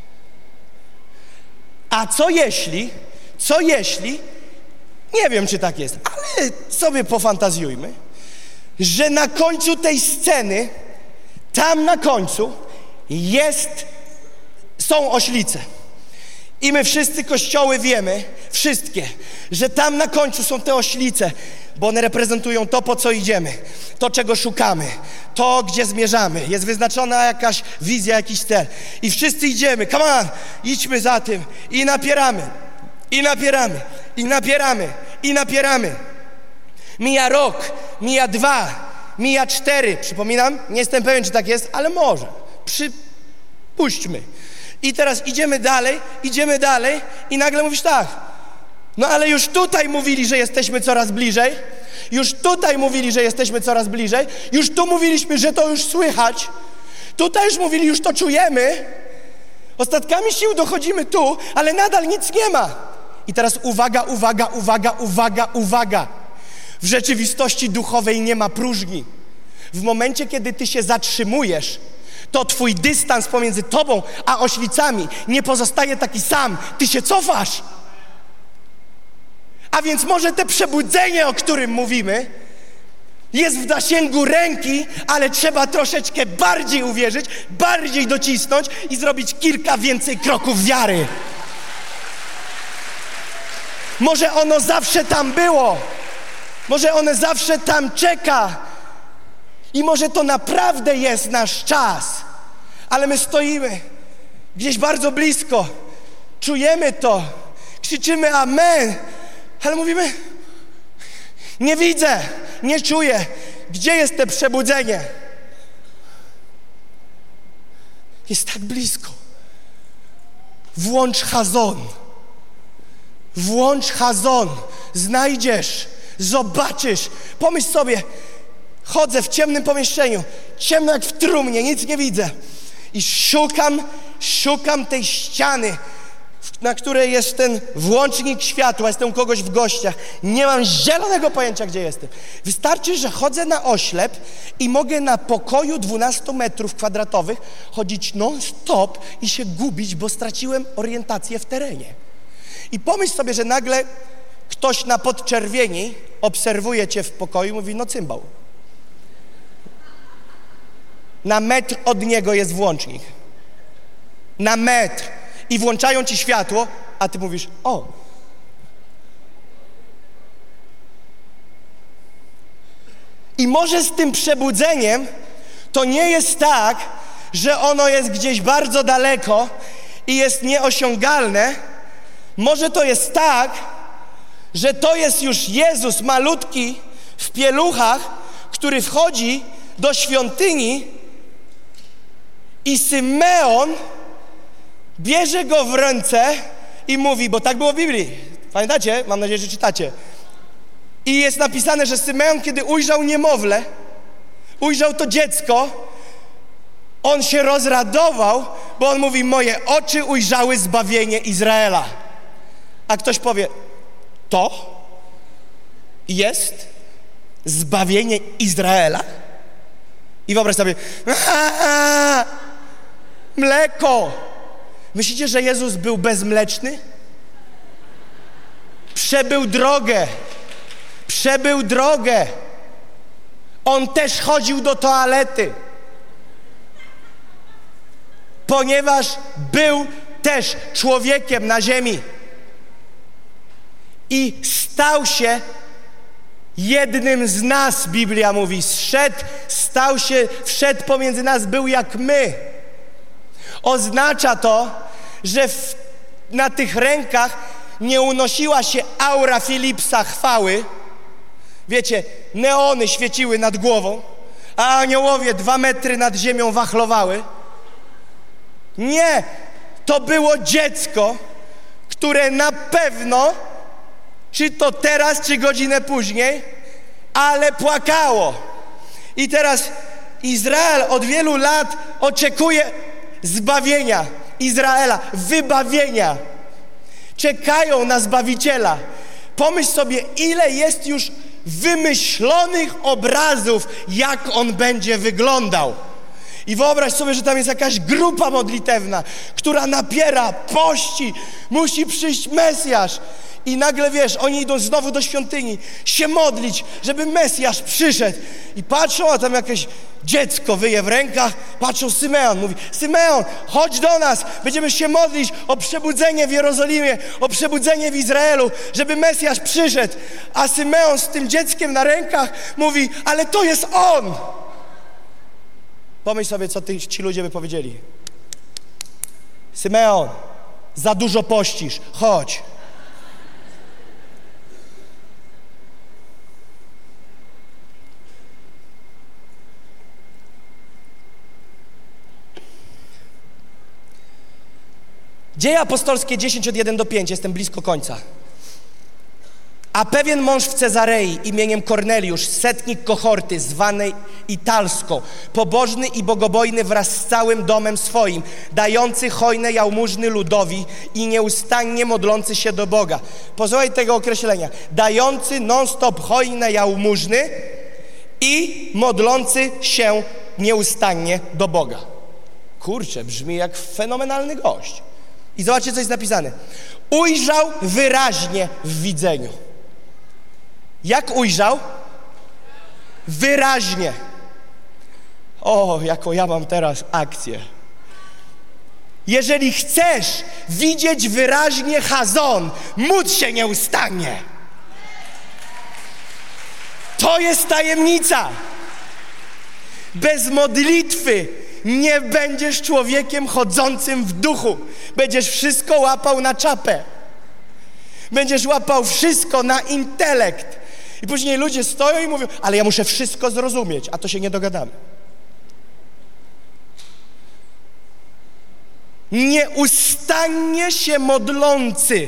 A co jeśli, co jeśli, nie wiem, czy tak jest, ale sobie pofantazjujmy, że na końcu tej sceny, tam na końcu jest, są oślice. I my wszyscy kościoły wiemy, wszystkie, że tam na końcu są te oślice, bo one reprezentują to, po co idziemy, to, czego szukamy, to, gdzie zmierzamy. Jest wyznaczona jakaś wizja, jakiś cel. I wszyscy idziemy, come on, idźmy za tym i napieramy, i napieramy, i napieramy, i napieramy. Mija rok, mija dwa, mija cztery. Przypominam, nie jestem pewien, czy tak jest, ale może. Przypuśćmy. I teraz idziemy dalej, idziemy dalej i nagle mówisz tak: no ale już tutaj mówili, że jesteśmy coraz bliżej, już tutaj mówili, że jesteśmy coraz bliżej, już tu mówiliśmy, że to już słychać, tutaj już mówili, już to czujemy, ostatkami sił dochodzimy tu, ale nadal nic nie ma. I teraz uwaga, uwaga, uwaga, uwaga, uwaga. W rzeczywistości duchowej nie ma próżni. W momencie, kiedy ty się zatrzymujesz, to twój dystans pomiędzy tobą a oślicami nie pozostaje taki sam. Ty się cofasz. A więc może te przebudzenie, o którym mówimy, jest w zasięgu ręki, ale trzeba troszeczkę bardziej uwierzyć, bardziej docisnąć i zrobić kilka więcej kroków wiary. Może ono zawsze tam było. Może ono zawsze tam czeka. I może to naprawdę jest nasz czas. Ale my stoimy gdzieś bardzo blisko. Czujemy to. Krzyczymy amen. Ale mówimy: nie widzę, nie czuję. Gdzie jest to przebudzenie? Jest tak blisko. Włącz Chazon. Włącz Chazon. Znajdziesz, zobaczysz. Pomyśl sobie, chodzę w ciemnym pomieszczeniu, ciemno jak w trumnie, nic nie widzę. I szukam, szukam tej ściany, na której jest ten włącznik światła. Jestem u kogoś w gościach. Nie mam zielonego pojęcia, gdzie jestem. Wystarczy, że chodzę na oślep i mogę na pokoju dwunastu metrów kwadratowych chodzić non-stop i się gubić, bo straciłem orientację w terenie. I pomyśl sobie, że nagle ktoś na podczerwieni obserwuje cię w pokoju i mówi: no cymbał. Na metr od niego jest włącznik. Na metr. I włączają ci światło, a ty mówisz: o. I może z tym przebudzeniem to nie jest tak, że ono jest gdzieś bardzo daleko i jest nieosiągalne. Może to jest tak, że to jest już Jezus malutki w pieluchach, który wchodzi do świątyni i Symeon bierze go w ręce i mówi, bo tak było w Biblii. Pamiętacie? Mam nadzieję, że czytacie. I jest napisane, że Symeon, kiedy ujrzał niemowlę, ujrzał to dziecko, on się rozradował, bo on mówi, moje oczy ujrzały zbawienie Izraela. A ktoś powie, to jest zbawienie Izraela? I wyobraź sobie, aaa, mleko. Myślicie, że Jezus był bezmleczny? Przebył drogę. Przebył drogę. On też chodził do toalety. Ponieważ był też człowiekiem na ziemi. I stał się jednym z nas, Biblia mówi. Zszedł, stał się, wszedł pomiędzy nas, był jak my. Oznacza to, że w, na tych rękach nie unosiła się aura Philipsa chwały. Wiecie, neony świeciły nad głową, a aniołowie dwa metry nad ziemią wachlowały. Nie, to było dziecko, które na pewno, czy to teraz, czy godzinę później, ale płakało. I teraz Izrael od wielu lat oczekuje zbawienia Izraela, wybawienia. Czekają na Zbawiciela. Pomyśl sobie, ile jest już wymyślonych obrazów, jak on będzie wyglądał. I wyobraź sobie, że tam jest jakaś grupa modlitewna, która napiera, pości, musi przyjść Mesjasz. I nagle, wiesz, oni idą znowu do świątyni się modlić, żeby Mesjasz przyszedł. I patrzą, a tam jakieś dziecko wyje w rękach. Patrzą, Symeon mówi, Symeon, chodź do nas, będziemy się modlić o przebudzenie w Jerozolimie, o przebudzenie w Izraelu, żeby Mesjasz przyszedł. A Symeon z tym dzieckiem na rękach mówi, ale to jest on. Pomyśl sobie, co ty, ci ludzie by powiedzieli. Symeon, za dużo pościsz, chodź. Dzieje apostolskie dziesięć od jeden do pięciu, jestem blisko końca. A pewien mąż w Cezarei imieniem Korneliusz, setnik kohorty zwanej Italską, pobożny i bogobojny wraz z całym domem swoim, dający hojne jałmużny ludowi i nieustannie modlący się do Boga. Posłuchaj tego określenia. Dający non-stop hojne jałmużny i modlący się nieustannie do Boga. Kurczę, brzmi jak fenomenalny gość. I zobaczcie, co jest napisane. Ujrzał wyraźnie w widzeniu. Jak ujrzał? Wyraźnie. O, jaką ja mam teraz akcję. Jeżeli chcesz widzieć wyraźnie Chazon, módl się nieustannie. To jest tajemnica. Bez modlitwy nie będziesz człowiekiem chodzącym w duchu. Będziesz wszystko łapał na czapę. Będziesz łapał wszystko na intelekt. I później ludzie stoją i mówią, ale ja muszę wszystko zrozumieć, a to się nie dogadamy. Nieustannie się modlący.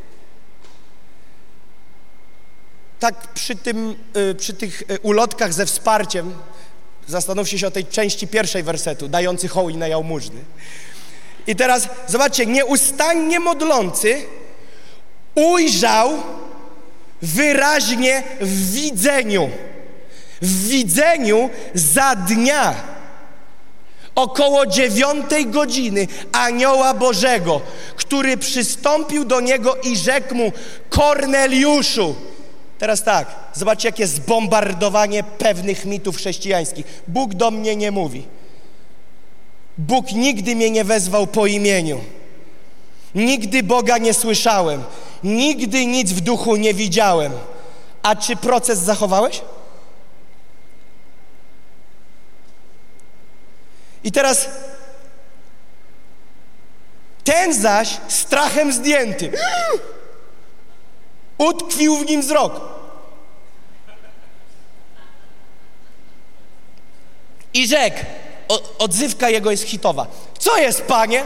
Tak przy tym, przy tych ulotkach ze wsparciem, zastanówcie się o tej części pierwszej wersetu, dający hojne jałmużny. I teraz zobaczcie, nieustannie modlący ujrzał wyraźnie w widzeniu. W widzeniu za dnia około dziewiątej godziny anioła Bożego, który przystąpił do niego i rzekł mu, Korneliuszu. Teraz tak, zobaczcie, jakie zbombardowanie pewnych mitów chrześcijańskich. Bóg do mnie nie mówi. Bóg nigdy mnie nie wezwał po imieniu. Nigdy Boga nie słyszałem. Nigdy nic w duchu nie widziałem. A czy proces zachowałeś? I teraz ten zaś strachem zdjęty utkwił w nim wzrok. I rzekł, o, odzywka jego jest hitowa. Co jest, Panie?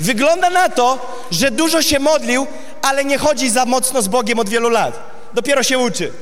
Wygląda na to, że dużo się modlił, ale nie chodzi za mocno z Bogiem od wielu lat. Dopiero się uczy.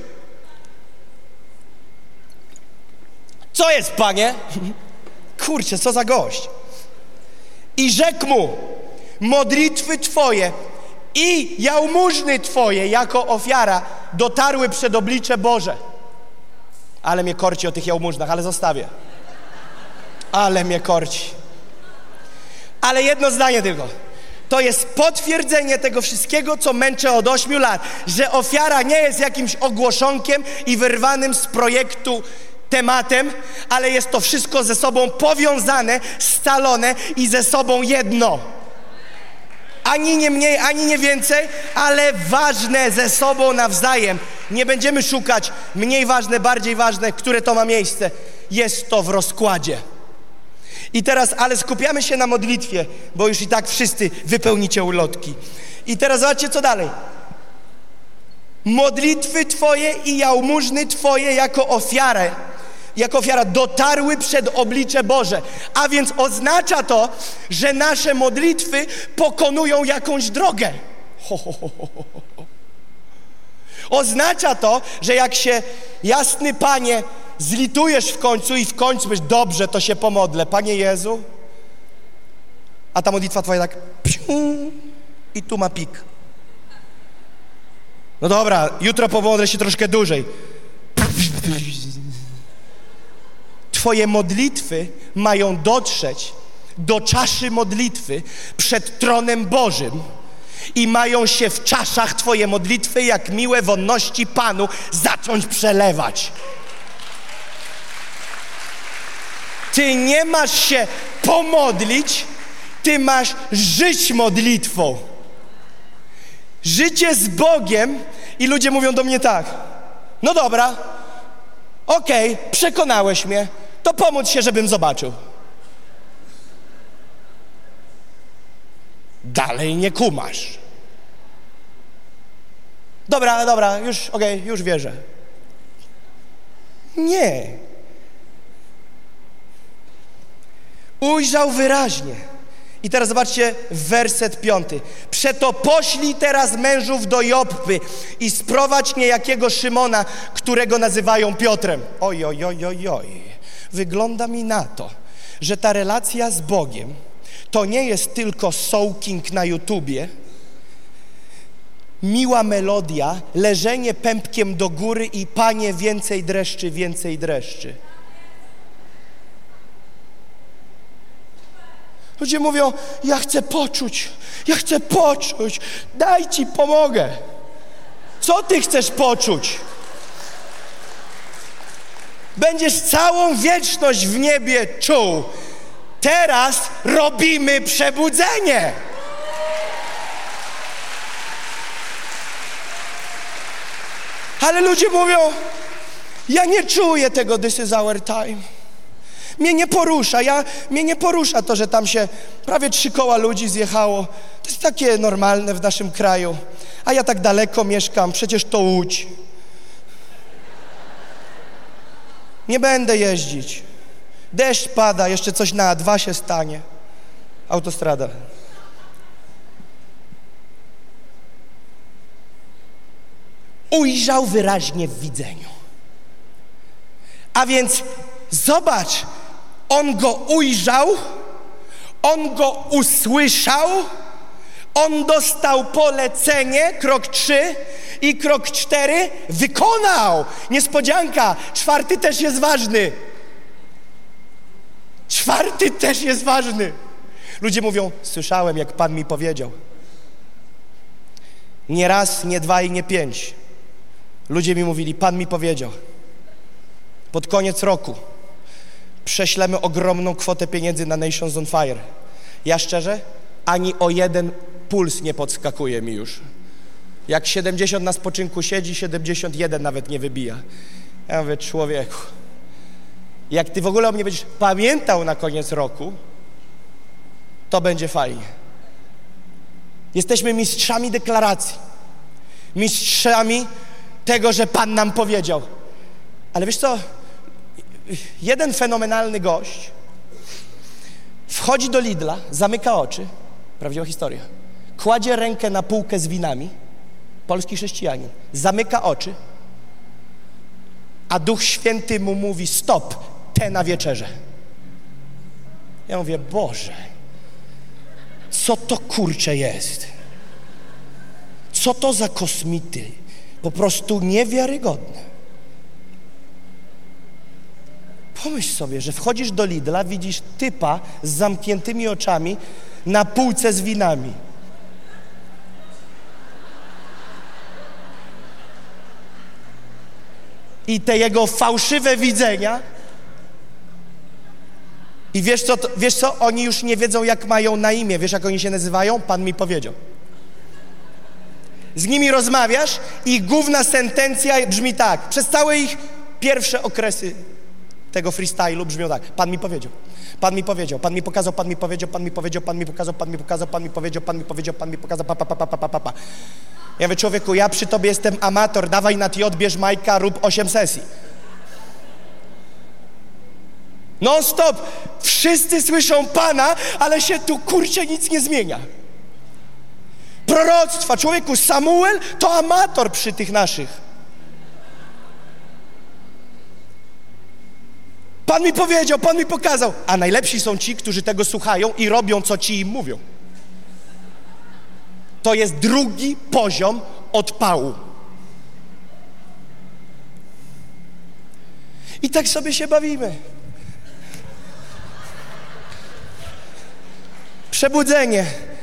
Co jest, Panie? Kurczę, co za gość. I rzekł mu, modlitwy Twoje i jałmużny Twoje jako ofiara dotarły przed oblicze Boże. Ale mnie korci o tych jałmużnach, ale zostawię. Ale mnie korci. Ale jedno zdanie tylko. To jest potwierdzenie tego wszystkiego, co męczę od ośmiu lat. Że ofiara nie jest jakimś ogłoszonkiem i wyrwanym z projektu tematem, ale jest to wszystko ze sobą powiązane, scalone i ze sobą jedno. Ani nie mniej, ani nie więcej, ale ważne ze sobą nawzajem. Nie będziemy szukać mniej ważne, bardziej ważne, które to ma miejsce. Jest to w rozkładzie. I teraz, ale skupiamy się na modlitwie, bo już i tak wszyscy wypełnicie ulotki. I teraz zobaczcie, co dalej. Modlitwy Twoje i jałmużny Twoje jako ofiarę, jako ofiara dotarły przed oblicze Boże. A więc oznacza to, że nasze modlitwy pokonują jakąś drogę. Ho, ho, ho, ho, ho. Oznacza to, że jak się, jasny Panie, zlitujesz w końcu i w końcu powiesz, dobrze, to się pomodlę, Panie Jezu, a ta modlitwa Twoja tak psiu, i tu ma pik. No dobra, jutro pomodlę się troszkę dłużej. Twoje modlitwy mają dotrzeć do czaszy modlitwy przed tronem Bożym i mają się w czaszach Twoje modlitwy, jak miłe wonności Panu, zacząć przelewać. Ty nie masz się pomodlić, ty masz żyć modlitwą. Życie z Bogiem i ludzie mówią do mnie tak, no dobra, okej, okay, przekonałeś mnie, to pomódl się, żebym zobaczył. Dalej nie kumasz. Dobra, dobra, już, okej, okay, już wierzę. Nie. Ujrzał wyraźnie. I teraz zobaczcie werset piąty. Przeto poślij teraz mężów do Joppy i sprowadź niejakiego Szymona, którego nazywają Piotrem. Oj, oj, oj, oj, oj. Wygląda mi na to, że ta relacja z Bogiem to nie jest tylko soaking na YouTubie, miła melodia, leżenie pępkiem do góry i Panie więcej dreszczy, więcej dreszczy. Ludzie mówią, ja chcę poczuć, ja chcę poczuć, daj Ci pomogę. Co Ty chcesz poczuć? Będziesz całą wieczność w niebie czuł. Teraz robimy przebudzenie. Ale ludzie mówią, ja nie czuję tego, this is our time. Mnie nie porusza, ja, mnie nie porusza to, że tam się prawie trzy koła ludzi zjechało. To jest takie normalne w naszym kraju. A ja tak daleko mieszkam, przecież to Łódź. Nie będę jeździć. Deszcz pada, jeszcze coś na A dwa się stanie. Autostrada. Ujrzał wyraźnie w widzeniu. A więc zobacz, on go ujrzał, on go usłyszał, on dostał polecenie, krok trzy, i krok cztery, wykonał. Niespodzianka, czwarty też jest ważny. Czwarty też jest ważny. Ludzie mówią, słyszałem, jak Pan mi powiedział. Nie raz, nie dwa i nie pięć. Ludzie mi mówili, Pan mi powiedział. Pod koniec roku prześlemy ogromną kwotę pieniędzy na Nations on Fire. Ja szczerze, ani o jeden puls nie podskakuje mi już. Jak siedemdziesiąt na spoczynku siedzi, siedemdziesiąt jeden nawet nie wybija. Ja mówię, człowieku, jak ty w ogóle o mnie będziesz pamiętał na koniec roku, to będzie fajnie. Jesteśmy mistrzami deklaracji. Mistrzami tego, że Pan nam powiedział. Ale wiesz co? Jeden fenomenalny gość wchodzi do Lidla, zamyka oczy Prawdziwa historia. Kładzie rękę na półkę z winami, polski chrześcijanin, zamyka oczy, a Duch Święty mu mówi: stop, te na wieczerzę. Ja mówię: Boże, co to kurcze jest? Co to za kosmity? Po prostu niewiarygodne. Pomyśl sobie, że wchodzisz do Lidla, widzisz typa z zamkniętymi oczami na półce z winami. I te jego fałszywe widzenia. I wiesz co, to, wiesz co? Oni już nie wiedzą, jak mają na imię. Wiesz, jak oni się nazywają? Pan mi powiedział. Z nimi rozmawiasz i główna sentencja brzmi tak. Przez całe ich pierwsze okresy tego freestylu brzmią tak. Pan mi powiedział. Pan mi powiedział. Pan mi pokazał. Pan mi powiedział. Pan mi powiedział. Pan mi pokazał. Pan mi pokazał. Pan mi powiedział. Pan mi powiedział. Pan mi pokazał. Pa, pa, pa, pa, pa, pa, pa. Ja mówię: człowieku, ja przy tobie jestem amator. Dawaj na T J, bierz Majka, rób osiem sesji. Non stop. Wszyscy słyszą Pana, ale się tu, kurczę, nic nie zmienia. Proroctwa. Człowieku, Samuel to amator przy tych naszych. Pan mi powiedział, Pan mi pokazał. A najlepsi są ci, którzy tego słuchają i robią, co ci im mówią. To jest drugi poziom odpału. I tak sobie się bawimy. Przebudzenie.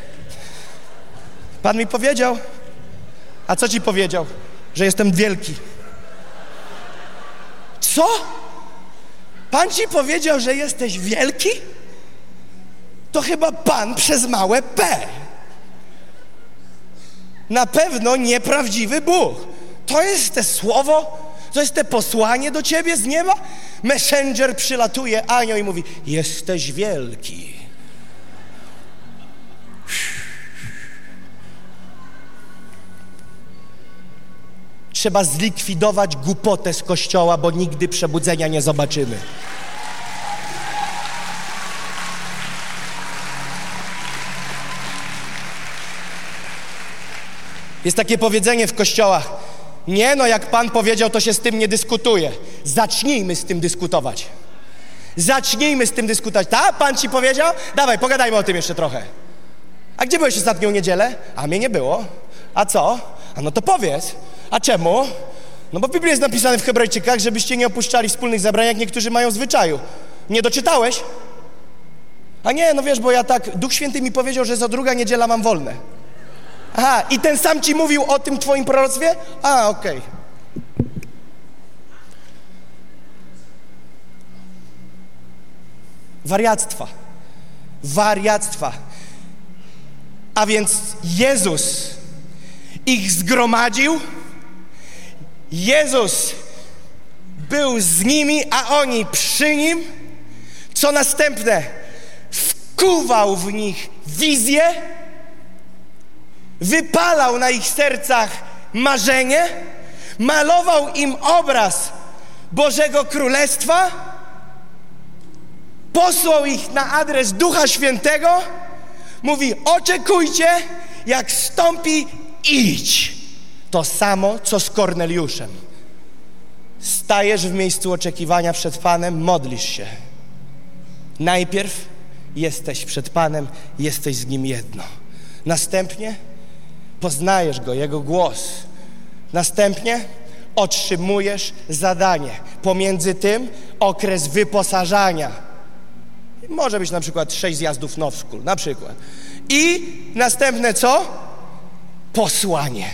Pan mi powiedział. A co ci powiedział? Że jestem wielki. Co? Pan ci powiedział, że jesteś wielki? To chyba Pan przez małe P. Na pewno nieprawdziwy Bóg. To jest te słowo, to jest te posłanie do ciebie z nieba. Messenger przylatuje, anioł, i mówi: jesteś wielki. Trzeba zlikwidować głupotę z Kościoła, bo nigdy przebudzenia nie zobaczymy. Jest takie powiedzenie w kościołach: nie no, jak Pan powiedział, to się z tym nie dyskutuje. Zacznijmy z tym dyskutować. Zacznijmy z tym dyskutować. Tak? Pan ci powiedział? Dawaj, pogadajmy o tym jeszcze trochę. A gdzie byłeś ostatnią niedzielę? A mnie nie było. A co? A no to powiedz. A czemu? No bo w Biblii jest napisane w Hebrajczykach, żebyście nie opuszczali wspólnych zebrań, jak niektórzy mają w zwyczaju. Nie doczytałeś? A nie, no wiesz, bo ja tak, Duch Święty mi powiedział, że za druga niedziela mam wolne. Aha, i ten sam ci mówił o tym twoim proroctwie? A, okej. Okay. Wariactwa. Wariactwa. A więc Jezus ich zgromadził, Jezus był z nimi, a oni przy Nim. Co następne? Wkuwał w nich wizję, wypalał na ich sercach marzenie, malował im obraz Bożego Królestwa, posłał ich na adres Ducha Świętego, mówi: oczekujcie, jak stąpi, idź. To samo, co z Korneliuszem. Stajesz w miejscu oczekiwania przed Panem, modlisz się. Najpierw jesteś przed Panem, jesteś z Nim jedno. Następnie poznajesz Go, Jego głos. Następnie otrzymujesz zadanie. Pomiędzy tym okres wyposażania. Może być na przykład sześć zjazdów Now School, na przykład. I następne co? Posłanie.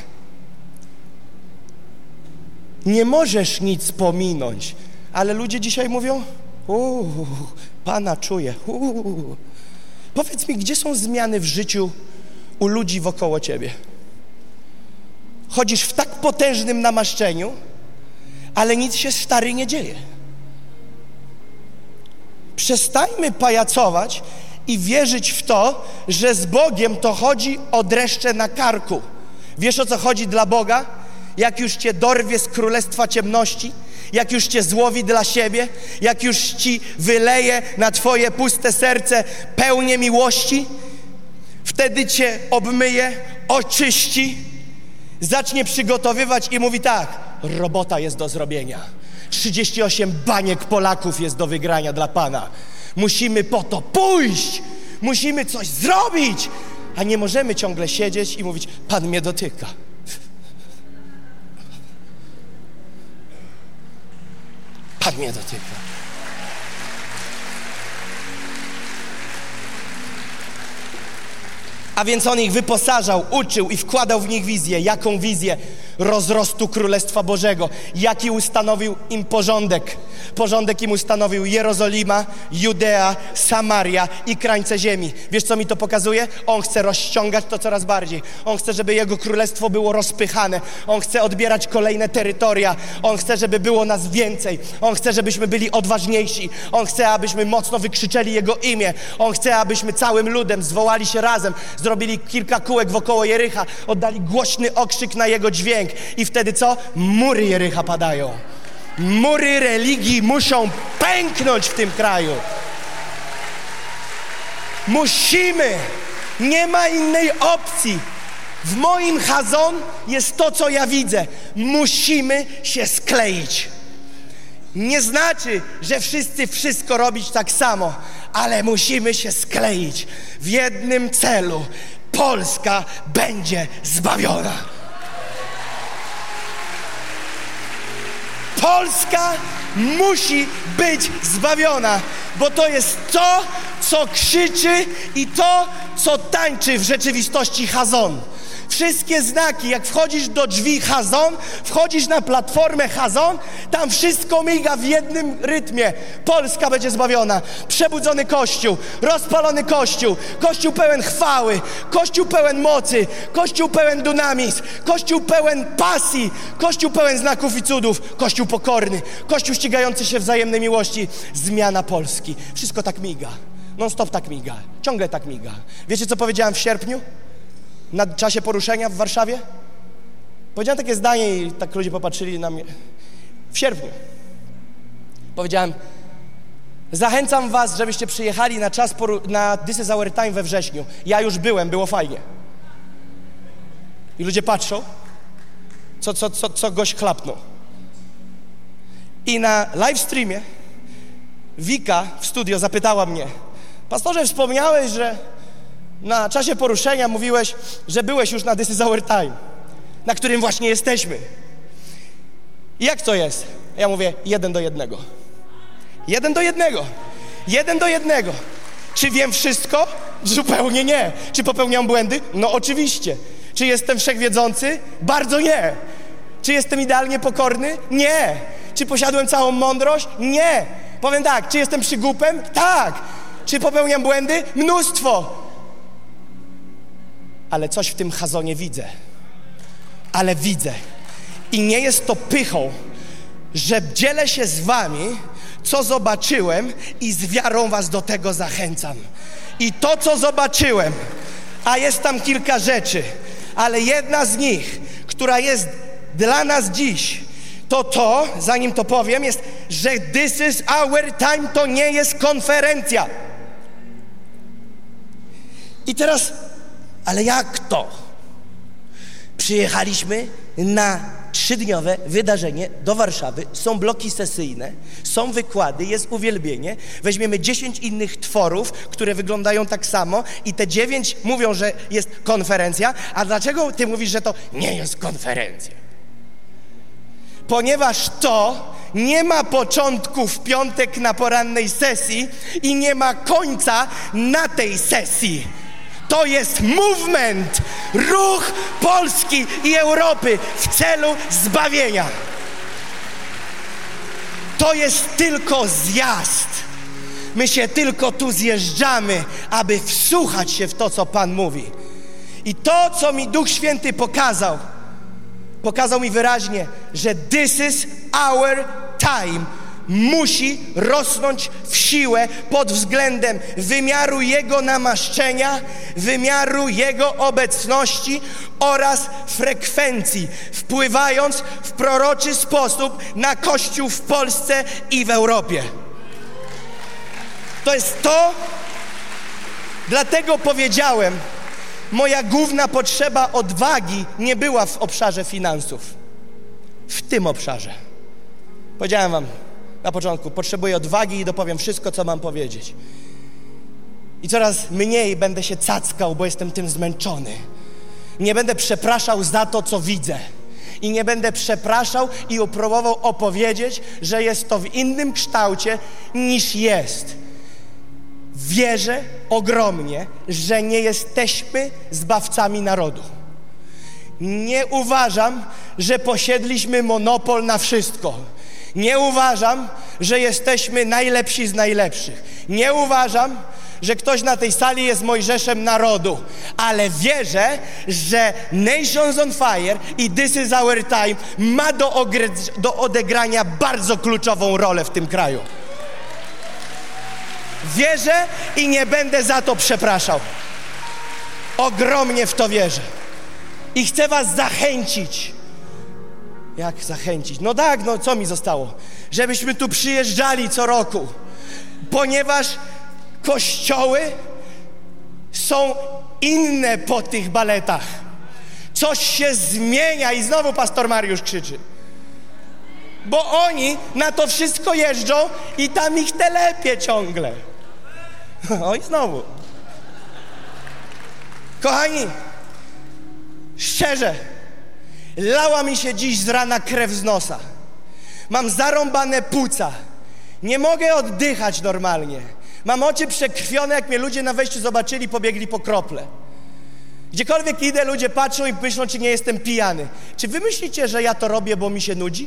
Nie możesz nic pominąć. Ale ludzie dzisiaj mówią: uuu, Pana czuję. Uuu. Powiedz mi, gdzie są zmiany w życiu u ludzi wokoło ciebie? Chodzisz w tak potężnym namaszczeniu, ale nic się, stary, nie dzieje. Przestańmy pajacować i wierzyć w to, że z Bogiem to chodzi o dreszcze na karku. Wiesz, o co chodzi dla Boga? Jak już cię dorwie z królestwa ciemności, jak już cię złowi dla siebie, jak już ci wyleje na twoje puste serce pełnię miłości, wtedy wtedy cię obmyje, oczyści, zacznie przygotowywać i mówi tak, robota jest do zrobienia. trzydzieści osiem baniek Polaków jest do wygrania dla Pana. Musimy po to pójść, musimy coś zrobić, a nie możemy ciągle siedzieć i mówić, Pan mnie dotyka. Pan mnie dotyka. A więc on ich wyposażał, uczył i wkładał w nich wizję. Jaką wizję? Rozrostu Królestwa Bożego. Jaki ustanowił im porządek? Porządek im ustanowił Jerozolima, Judea, Samaria i krańce ziemi. Wiesz, co mi to pokazuje? On chce rozciągać to coraz bardziej. On chce, żeby Jego Królestwo było rozpychane. On chce odbierać kolejne terytoria. On chce, żeby było nas więcej. On chce, żebyśmy byli odważniejsi. On chce, abyśmy mocno wykrzyczeli Jego imię. On chce, abyśmy całym ludem zwołali się razem, zrobili kilka kółek wokoło Jericha, oddali głośny okrzyk na Jego dźwięk. I wtedy co? Mury Jericha padają. Mury religii muszą pęknąć w tym kraju. Musimy. Nie ma innej opcji. W moim chazon jest to, co ja widzę. Musimy się skleić. Nie znaczy, że wszyscy wszystko robić tak samo, ale musimy się skleić w jednym celu. Polska będzie zbawiona. Polska musi być zbawiona, bo to jest to, co krzyczy i to, co tańczy w rzeczywistości Chazon. Wszystkie znaki, jak wchodzisz do drzwi Chazon, wchodzisz na platformę Chazon, tam wszystko miga w jednym rytmie. Polska będzie zbawiona. Przebudzony Kościół, rozpalony Kościół, Kościół pełen chwały, Kościół pełen mocy, Kościół pełen dunamis, Kościół pełen pasji, Kościół pełen znaków i cudów, Kościół pokorny, Kościół ścigający się wzajemnej miłości. Zmiana Polski. Wszystko tak miga. Non stop tak miga. Ciągle tak miga. Wiecie, co powiedziałem w sierpniu? Na czasie poruszenia w Warszawie? Powiedziałem takie zdanie i tak ludzie popatrzyli na mnie. W sierpniu powiedziałem, zachęcam was, żebyście przyjechali na czas poru- na This is Our Time we wrześniu. Ja już byłem, było fajnie. I ludzie patrzą, co, co, co, co gość chlapnął. I na live streamie Wika w studio zapytała mnie, pastorze, wspomniałeś, że na czasie poruszenia mówiłeś, że byłeś już na This is Our Time, na którym właśnie jesteśmy. I jak to jest? Ja mówię, jeden do jednego. Jeden do jednego. Jeden do jednego. Czy wiem wszystko? Zupełnie nie. Czy popełniam błędy? No oczywiście. Czy jestem wszechwiedzący? Bardzo nie. Czy jestem idealnie pokorny? Nie. Czy posiadłem całą mądrość? Nie. Powiem tak, czy jestem przygłupem? Tak. Czy popełniam błędy? Mnóstwo. Ale coś w tym Chazonie widzę. Ale widzę. I nie jest to pychą, że dzielę się z wami, co zobaczyłem i z wiarą was do tego zachęcam. I to, co zobaczyłem, a jest tam kilka rzeczy, ale jedna z nich, która jest dla nas dziś, to to, zanim to powiem, jest, że This is Our Time to nie jest konferencja. I teraz, ale jak to? Przyjechaliśmy na trzydniowe wydarzenie do Warszawy, są bloki sesyjne, są wykłady, jest uwielbienie, weźmiemy dziesięć innych tworów, które wyglądają tak samo i te dziewięć mówią, że jest konferencja, a dlaczego ty mówisz, że to nie jest konferencja? Ponieważ to nie ma początku w piątek na porannej sesji i nie ma końca na tej sesji. To jest movement, ruch Polski i Europy w celu zbawienia. To jest tylko zjazd. My się tylko tu zjeżdżamy, aby wsłuchać się w to, co Pan mówi. I to, co mi Duch Święty pokazał, pokazał mi wyraźnie, że this is our time. Musi rosnąć w siłę pod względem wymiaru Jego namaszczenia, wymiaru Jego obecności oraz frekwencji, wpływając w proroczy sposób na Kościół w Polsce i w Europie. To jest to, dlatego powiedziałem, moja główna potrzeba odwagi nie była w obszarze finansów. W tym obszarze. Powiedziałem wam na początku, potrzebuję odwagi i dopowiem wszystko, co mam powiedzieć. I coraz mniej będę się cackał, bo jestem tym zmęczony. Nie będę przepraszał za to, co widzę. I nie będę przepraszał i próbował opowiedzieć, że jest to w innym kształcie niż jest. Wierzę ogromnie, że nie jesteśmy zbawcami narodu. Nie uważam, że posiedliśmy monopol na wszystko. Nie uważam, że jesteśmy najlepsi z najlepszych. Nie uważam, że ktoś na tej sali jest Mojżeszem narodu, ale wierzę, że Nations on Fire i This is our time ma do, ogre- do odegrania bardzo kluczową rolę w tym kraju. Wierzę i nie będę za to przepraszał. Ogromnie w to wierzę. I chcę was zachęcić. Jak zachęcić? No tak, no co mi zostało? Żebyśmy tu przyjeżdżali co roku. Ponieważ kościoły są inne po tych baletach. Coś się zmienia i znowu pastor Mariusz krzyczy. Bo oni na to wszystko jeżdżą i tam ich telepie ciągle. Oj, znowu. Kochani, szczerze, lała mi się dziś z rana krew z nosa. Mam zarąbane płuca. Nie mogę oddychać normalnie. Mam oczy przekrwione, jak mnie ludzie na wejściu zobaczyli, pobiegli po krople. Gdziekolwiek idę, ludzie patrzą i myślą, czy nie jestem pijany. Czy wy myślicie, że ja to robię, bo mi się nudzi?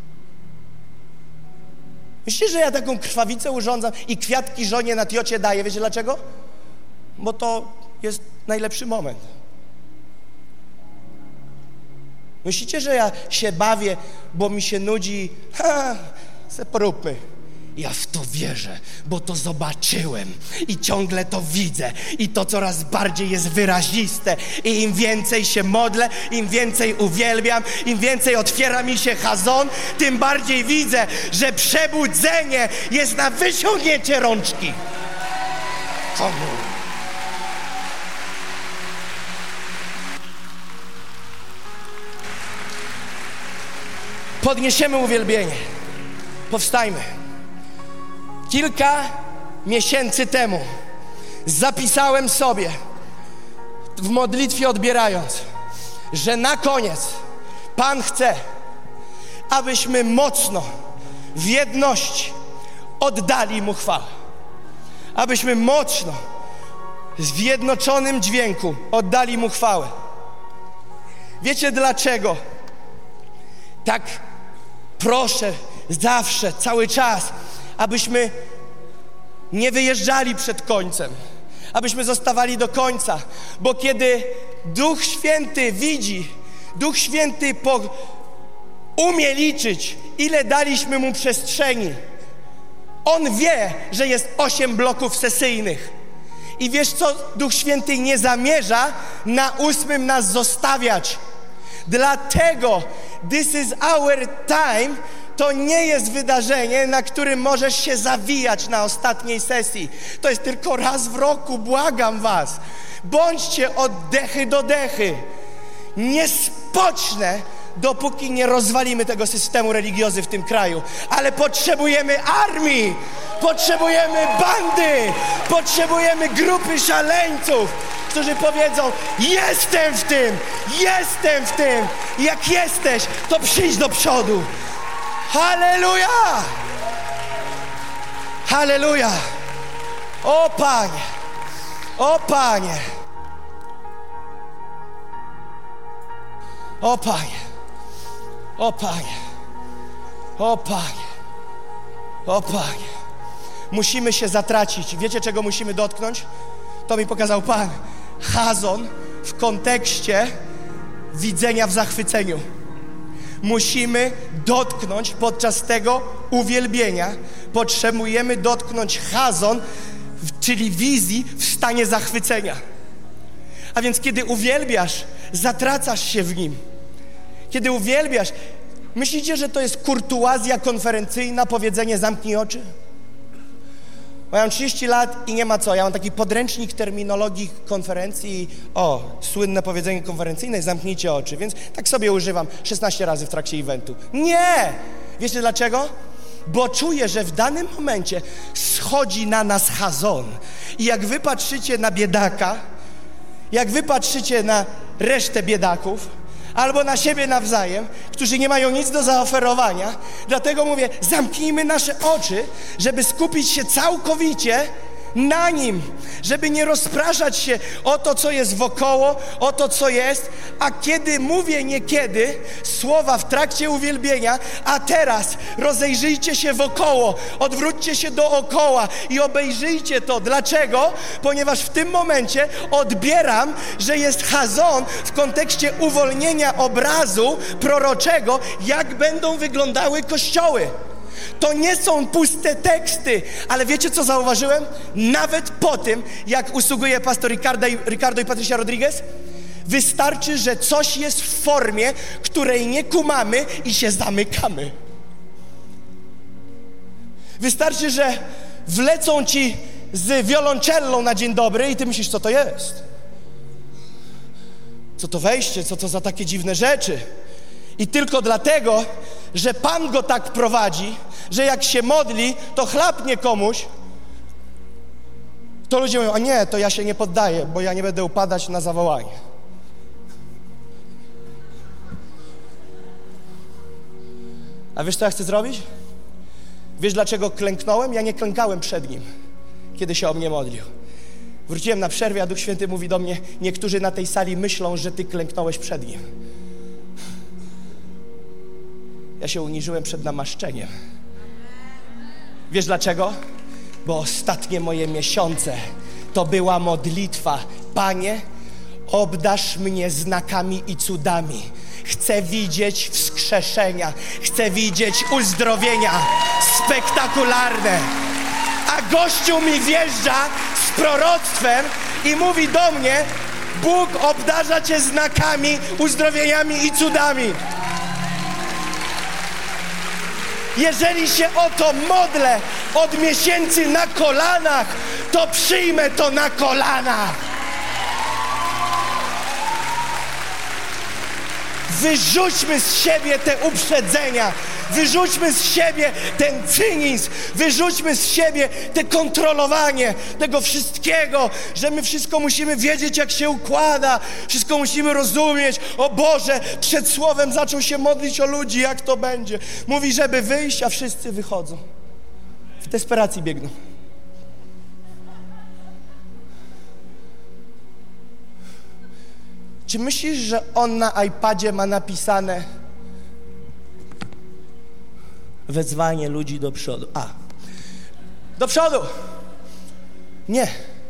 Myślicie, że ja taką krwawicę urządzam i kwiatki żonie na tiocie daję? Wiecie dlaczego? Bo to jest najlepszy moment. Myślicie, że ja się bawię, bo mi się nudzi? Ha, se poróbmy. Ja w to wierzę, bo to zobaczyłem i ciągle to widzę i to coraz bardziej jest wyraziste i im więcej się modlę, im więcej uwielbiam, im więcej otwiera mi się Chazon, tym bardziej widzę, że przebudzenie jest na wyciągnięcie rączki. Komu? Podniesiemy uwielbienie. Powstajmy. Kilka miesięcy temu zapisałem sobie w modlitwie odbierając, że na koniec Pan chce, abyśmy mocno w jedności oddali Mu chwałę. Abyśmy mocno w zjednoczonym dźwięku oddali Mu chwałę. Wiecie dlaczego? Tak proszę zawsze, cały czas, abyśmy nie wyjeżdżali przed końcem, abyśmy zostawali do końca, bo kiedy Duch Święty widzi, Duch Święty po, umie liczyć, ile daliśmy Mu przestrzeni. On wie, że jest osiem bloków sesyjnych. I wiesz co? Duch Święty nie zamierza na ósmym nas zostawiać. Dlatego This is our time to nie jest wydarzenie, na którym możesz się zawijać na ostatniej sesji. To jest tylko raz w roku, błagam was. Bądźcie od dechy do dechy. Nie spocznę, dopóki nie rozwalimy tego systemu religiozy w tym kraju. Ale potrzebujemy armii, potrzebujemy bandy, potrzebujemy grupy szaleńców, którzy powiedzą: jestem w tym, jestem w tym. I jak jesteś, to przyjdź do przodu. Halleluja! Halleluja! O Panie! O Panie! O Panie! O Panie! O Panie! O Panie! Musimy się zatracić. Wiecie, czego musimy dotknąć? To mi pokazał Pan. Chazon w kontekście widzenia w zachwyceniu. Musimy dotknąć podczas tego uwielbienia. Potrzebujemy dotknąć Chazon, czyli wizji w stanie zachwycenia. A więc kiedy uwielbiasz, zatracasz się w nim. Kiedy uwielbiasz, myślicie, że to jest kurtuazja konferencyjna, powiedzenie zamknij oczy? Bo ja mam trzydzieści lat i nie ma co. Ja mam taki podręcznik terminologii konferencji. O, słynne powiedzenie konferencyjne, zamknijcie oczy. Więc tak sobie używam szesnaście razy w trakcie eventu. Nie! Wiecie dlaczego? Bo czuję, że w danym momencie schodzi na nas chazon. I jak wy patrzycie na biedaka, jak wy patrzycie na resztę biedaków, albo na siebie nawzajem, którzy nie mają nic do zaoferowania, dlatego mówię, zamknijmy nasze oczy, żeby skupić się całkowicie na Nim, żeby nie rozpraszać się o to, co jest wokoło, o to, co jest, a kiedy mówię niekiedy słowa w trakcie uwielbienia, a teraz rozejrzyjcie się wokoło, odwróćcie się dookoła i obejrzyjcie to. Dlaczego? Ponieważ w tym momencie odbieram, że jest chazon w kontekście uwolnienia obrazu proroczego, jak będą wyglądały kościoły. To nie są puste teksty, ale wiecie, co zauważyłem? Nawet po tym, jak usługuje pastor Ricardo i, Ricardo i Patricia Rodriguez, wystarczy, że coś jest w formie, której nie kumamy i się zamykamy. Wystarczy, że wlecą ci z wioloncellą na dzień dobry i ty myślisz, co to jest? Co to wejście? Co to za takie dziwne rzeczy? I tylko dlatego, że Pan go tak prowadzi, że jak się modli, to chlapnie komuś, to ludzie mówią, a nie, to ja się nie poddaję, bo ja nie będę upadać na zawołanie. A wiesz, co ja chcę zrobić? Wiesz, dlaczego klęknąłem? Ja nie klękałem przed Nim, kiedy się o mnie modlił. Wróciłem na przerwę, a Duch Święty mówi do mnie, niektórzy na tej sali myślą, że Ty klęknąłeś przed Nim. Ja się uniżyłem przed namaszczeniem. Wiesz dlaczego? Bo ostatnie moje miesiące to była modlitwa. Panie, obdarz mnie znakami i cudami. Chcę widzieć wskrzeszenia. Chcę widzieć uzdrowienia spektakularne. A gościu mi wjeżdża z proroctwem i mówi do mnie, Bóg obdarza cię znakami, uzdrowieniami i cudami. Jeżeli się o to modlę od miesięcy na kolanach, to przyjmę to na kolanach. Wyrzućmy z siebie te uprzedzenia, wyrzućmy z siebie ten cynizm, wyrzućmy z siebie te kontrolowanie tego wszystkiego, że my wszystko musimy wiedzieć, jak się układa, wszystko musimy rozumieć. O Boże, przed słowem zaczął się modlić o ludzi, jak to będzie. Mówi, żeby wyjść, a wszyscy wychodzą. W desperacji biegną. Czy myślisz, że on na iPadzie ma napisane wezwanie ludzi do przodu? A, do przodu! Nie.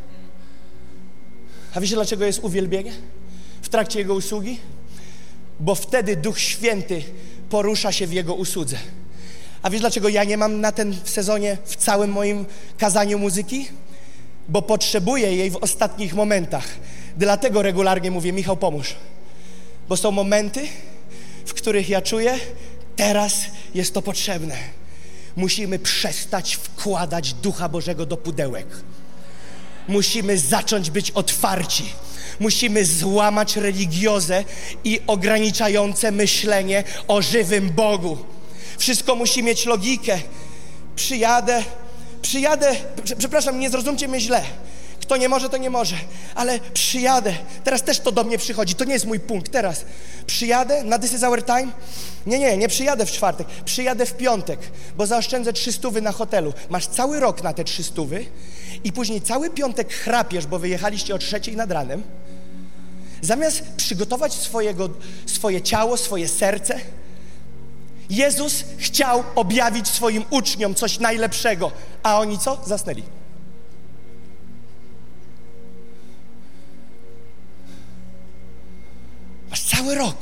A wiecie, dlaczego jest uwielbienie w trakcie Jego usługi? Bo wtedy Duch Święty porusza się w Jego usłudze. A wiesz, dlaczego ja nie mam na ten w sezonie w całym moim kazaniu muzyki? Bo potrzebuję jej w ostatnich momentach. Dlatego regularnie mówię, Michał, pomóż. Bo są momenty, w których ja czuję, teraz jest to potrzebne. Musimy przestać wkładać Ducha Bożego do pudełek. Musimy zacząć być otwarci. Musimy złamać religiozę i ograniczające myślenie o żywym Bogu. Wszystko musi mieć logikę. Przyjadę, przyjadę, przepraszam, nie zrozumcie mnie źle. Kto nie może, to nie może, ale przyjadę. Teraz też to do mnie przychodzi, to nie jest mój punkt. Teraz przyjadę na This is our time? Nie, nie, nie przyjadę w czwartek, przyjadę w piątek, bo zaoszczędzę trzy stówy na hotelu. Masz cały rok na te trzy stówy i później cały piątek chrapiesz, bo wyjechaliście o trzeciej nad ranem. Zamiast przygotować swojego, swoje ciało, swoje serce, Jezus chciał objawić swoim uczniom coś najlepszego, a oni co? Zasnęli. Masz cały rok.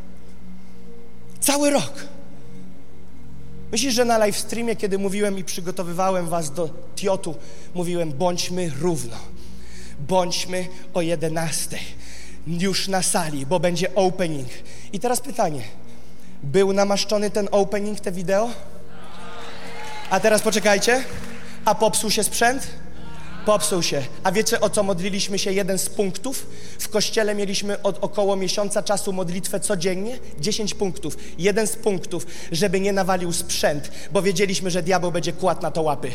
Cały rok. Myślisz, że na live streamie, kiedy mówiłem i przygotowywałem was do Tiotu, mówiłem, bądźmy równo. Bądźmy o jedenastej. Już na sali, bo będzie opening. I teraz pytanie. Był namaszczony ten opening, te wideo? A teraz poczekajcie. A popsuł się sprzęt? Popsuł się. A wiecie, o co modliliśmy się? Jeden z punktów. W kościele mieliśmy od około miesiąca czasu modlitwę codziennie. Dziesięć punktów. Jeden z punktów, żeby nie nawalił sprzęt, bo wiedzieliśmy, że diabeł będzie kładł na to łapy.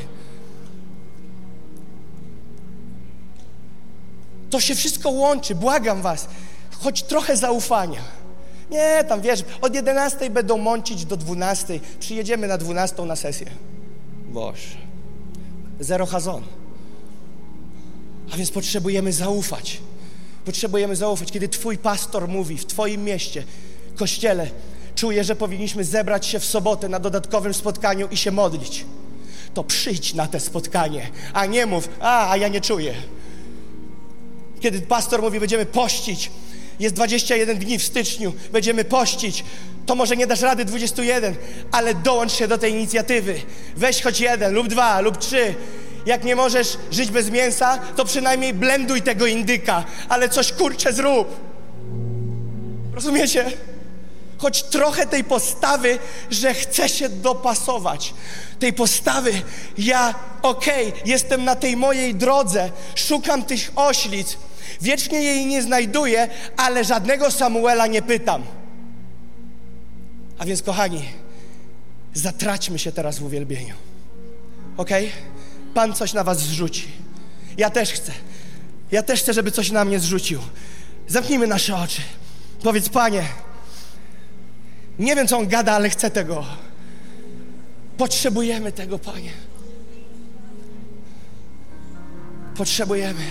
To się wszystko łączy. Błagam was. Choć trochę zaufania. Nie, tam wiesz, od jedenastej będą mącić do dwunastej. Przyjedziemy na dwunastą na sesję. Boże. Zero hazon. A więc potrzebujemy zaufać. Potrzebujemy zaufać. Kiedy twój pastor mówi w twoim mieście, kościele, czuje, że powinniśmy zebrać się w sobotę na dodatkowym spotkaniu i się modlić, to przyjdź na te spotkanie, a nie mów, a, a ja nie czuję. Kiedy pastor mówi, będziemy pościć, jest dwadzieścia jeden dni w styczniu, będziemy pościć, to może nie dasz rady dwudziestu jeden, ale dołącz się do tej inicjatywy. Weź choć jeden lub dwa lub trzy. Jak nie możesz żyć bez mięsa, to przynajmniej blenduj tego indyka, ale coś kurczę zrób. Rozumiecie? Choć trochę tej postawy, że chcę się dopasować. Tej postawy, ja okej, okay, jestem na tej mojej drodze, szukam tych oślic, wiecznie jej nie znajduję, ale żadnego Samuela nie pytam. A więc kochani, zatraćmy się teraz w uwielbieniu. Okej? Okay? Pan coś na was zrzuci. Ja też chcę. Ja też chcę, żeby coś na mnie zrzucił. Zamknijmy nasze oczy. Powiedz, Panie, nie wiem, co on gada, ale chcę tego. Potrzebujemy tego, Panie. Potrzebujemy.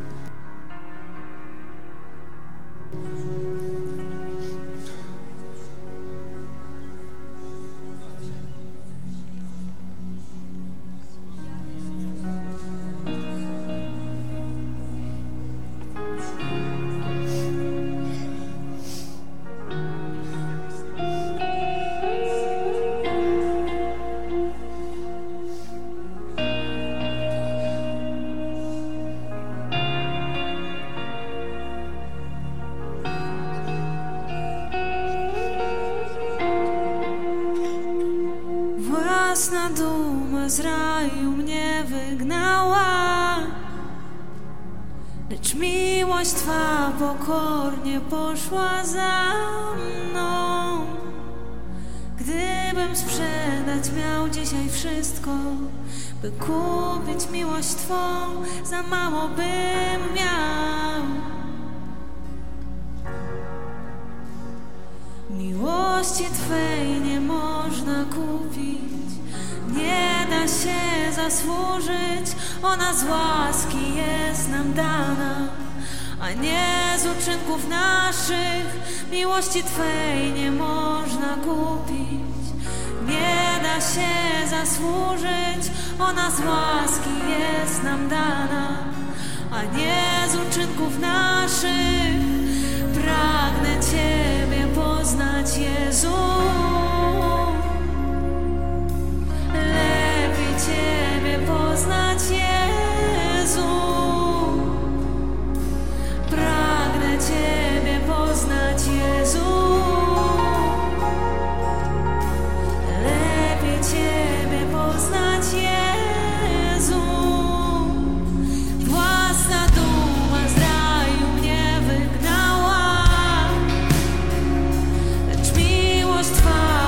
Własna duma z raju mnie wygnała, lecz miłość Twa pokornie poszła za mną. Gdybym sprzedać miał dzisiaj wszystko, by kupić miłość Twą, za mało bym miał. Miłości Twej nie można kupić, nie da się zasłużyć, ona z łaski jest nam dana, a nie z uczynków naszych. Miłości Twej nie można kupić, nie da się zasłużyć, ona z łaski jest nam dana, a nie z uczynków naszych. Pragnę Ciebie poznać, Jezu. Lepiej Ciebie poznać, Jezu. Pragnę Ciebie poznać, Jezu. Lepiej Ciebie poznać, Jezu. Własna duma z raju mnie wygnała, lecz miłość Twa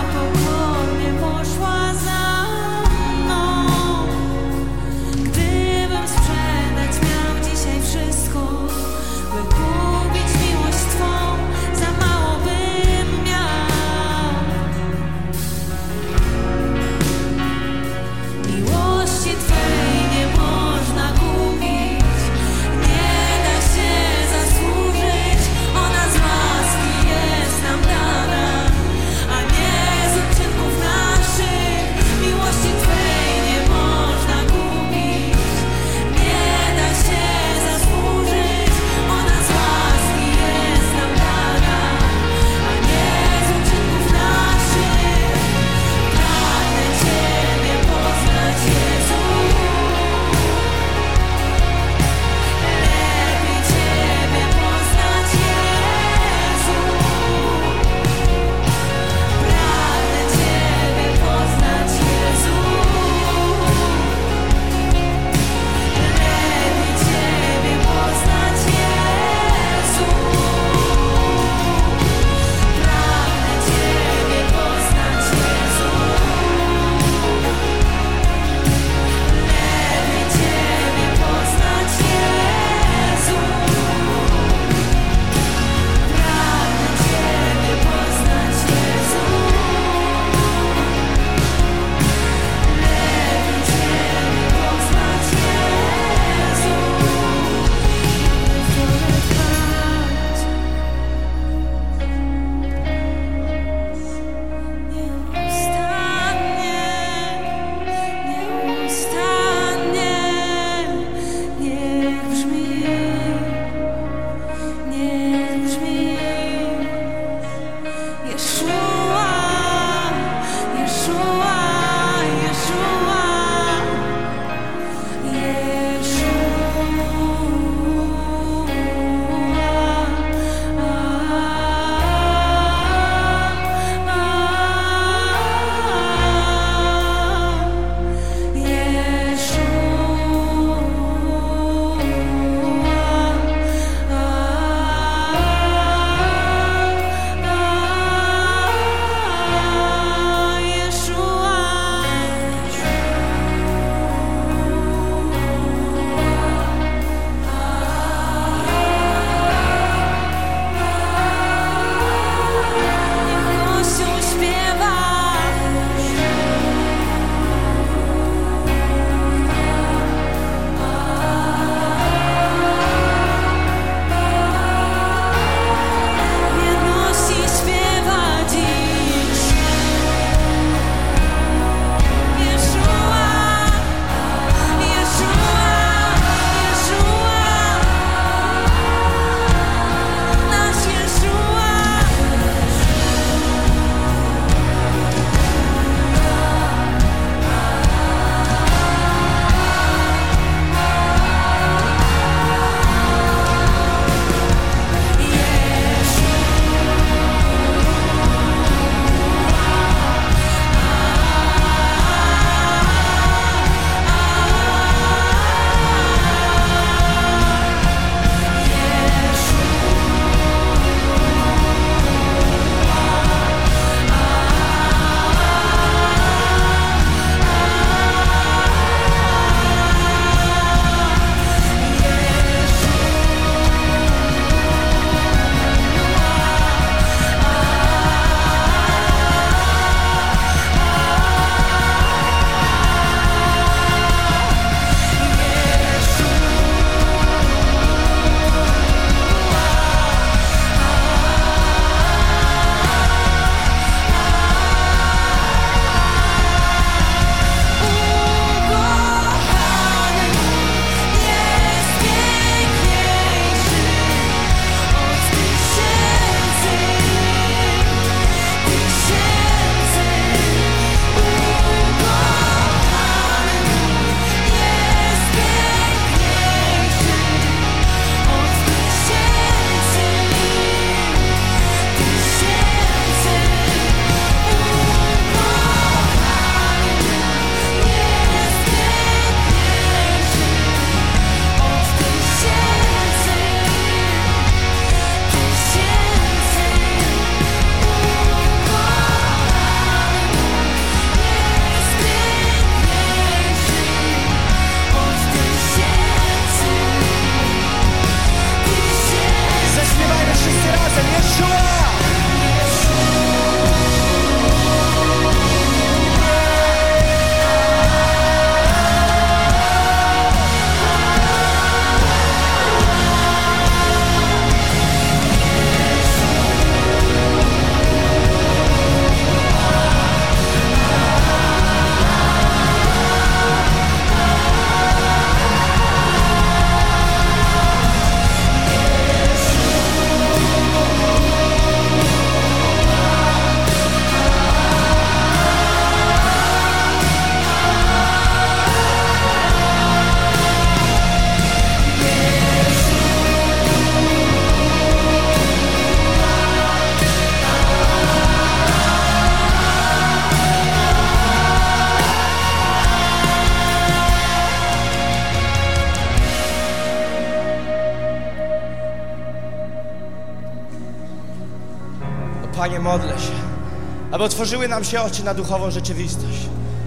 Panie, modlę się, aby otworzyły nam się oczy na duchową rzeczywistość.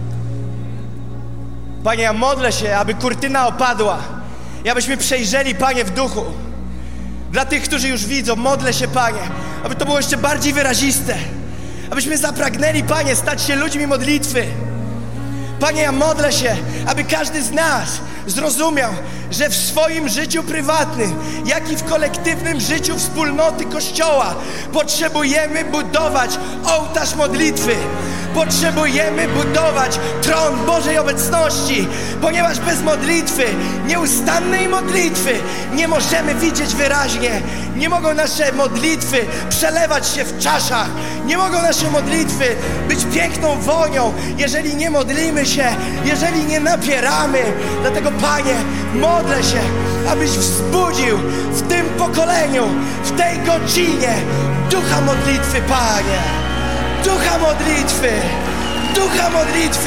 Panie, ja modlę się, aby kurtyna opadła i abyśmy przejrzeli, Panie, w duchu. Dla tych, którzy już widzą, modlę się, Panie, aby to było jeszcze bardziej wyraziste. Abyśmy zapragnęli, Panie, stać się ludźmi modlitwy. Panie, ja modlę się, aby każdy z nas zrozumiał, że w swoim życiu prywatnym, jak i w kolektywnym życiu wspólnoty Kościoła potrzebujemy budować ołtarz modlitwy. Potrzebujemy budować tron Bożej obecności, ponieważ bez modlitwy, nieustannej modlitwy nie możemy widzieć wyraźnie. Nie mogą nasze modlitwy przelewać się w czaszach. Nie mogą nasze modlitwy być piękną wonią, jeżeli nie modlimy się, jeżeli nie napieramy. Dlatego, Panie, modlę się, abyś wzbudził w tym pokoleniu, w tej godzinie ducha modlitwy, Panie. Ducha modlitwy! Ducha modlitwy!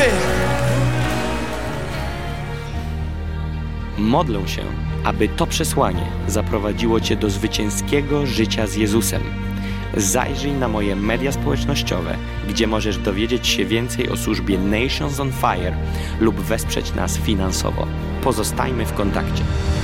Modlę się, aby to przesłanie zaprowadziło Cię do zwycięskiego życia z Jezusem. Zajrzyj na moje media społecznościowe, gdzie możesz dowiedzieć się więcej o służbie Nations on Fire lub wesprzeć nas finansowo. Pozostajmy w kontakcie.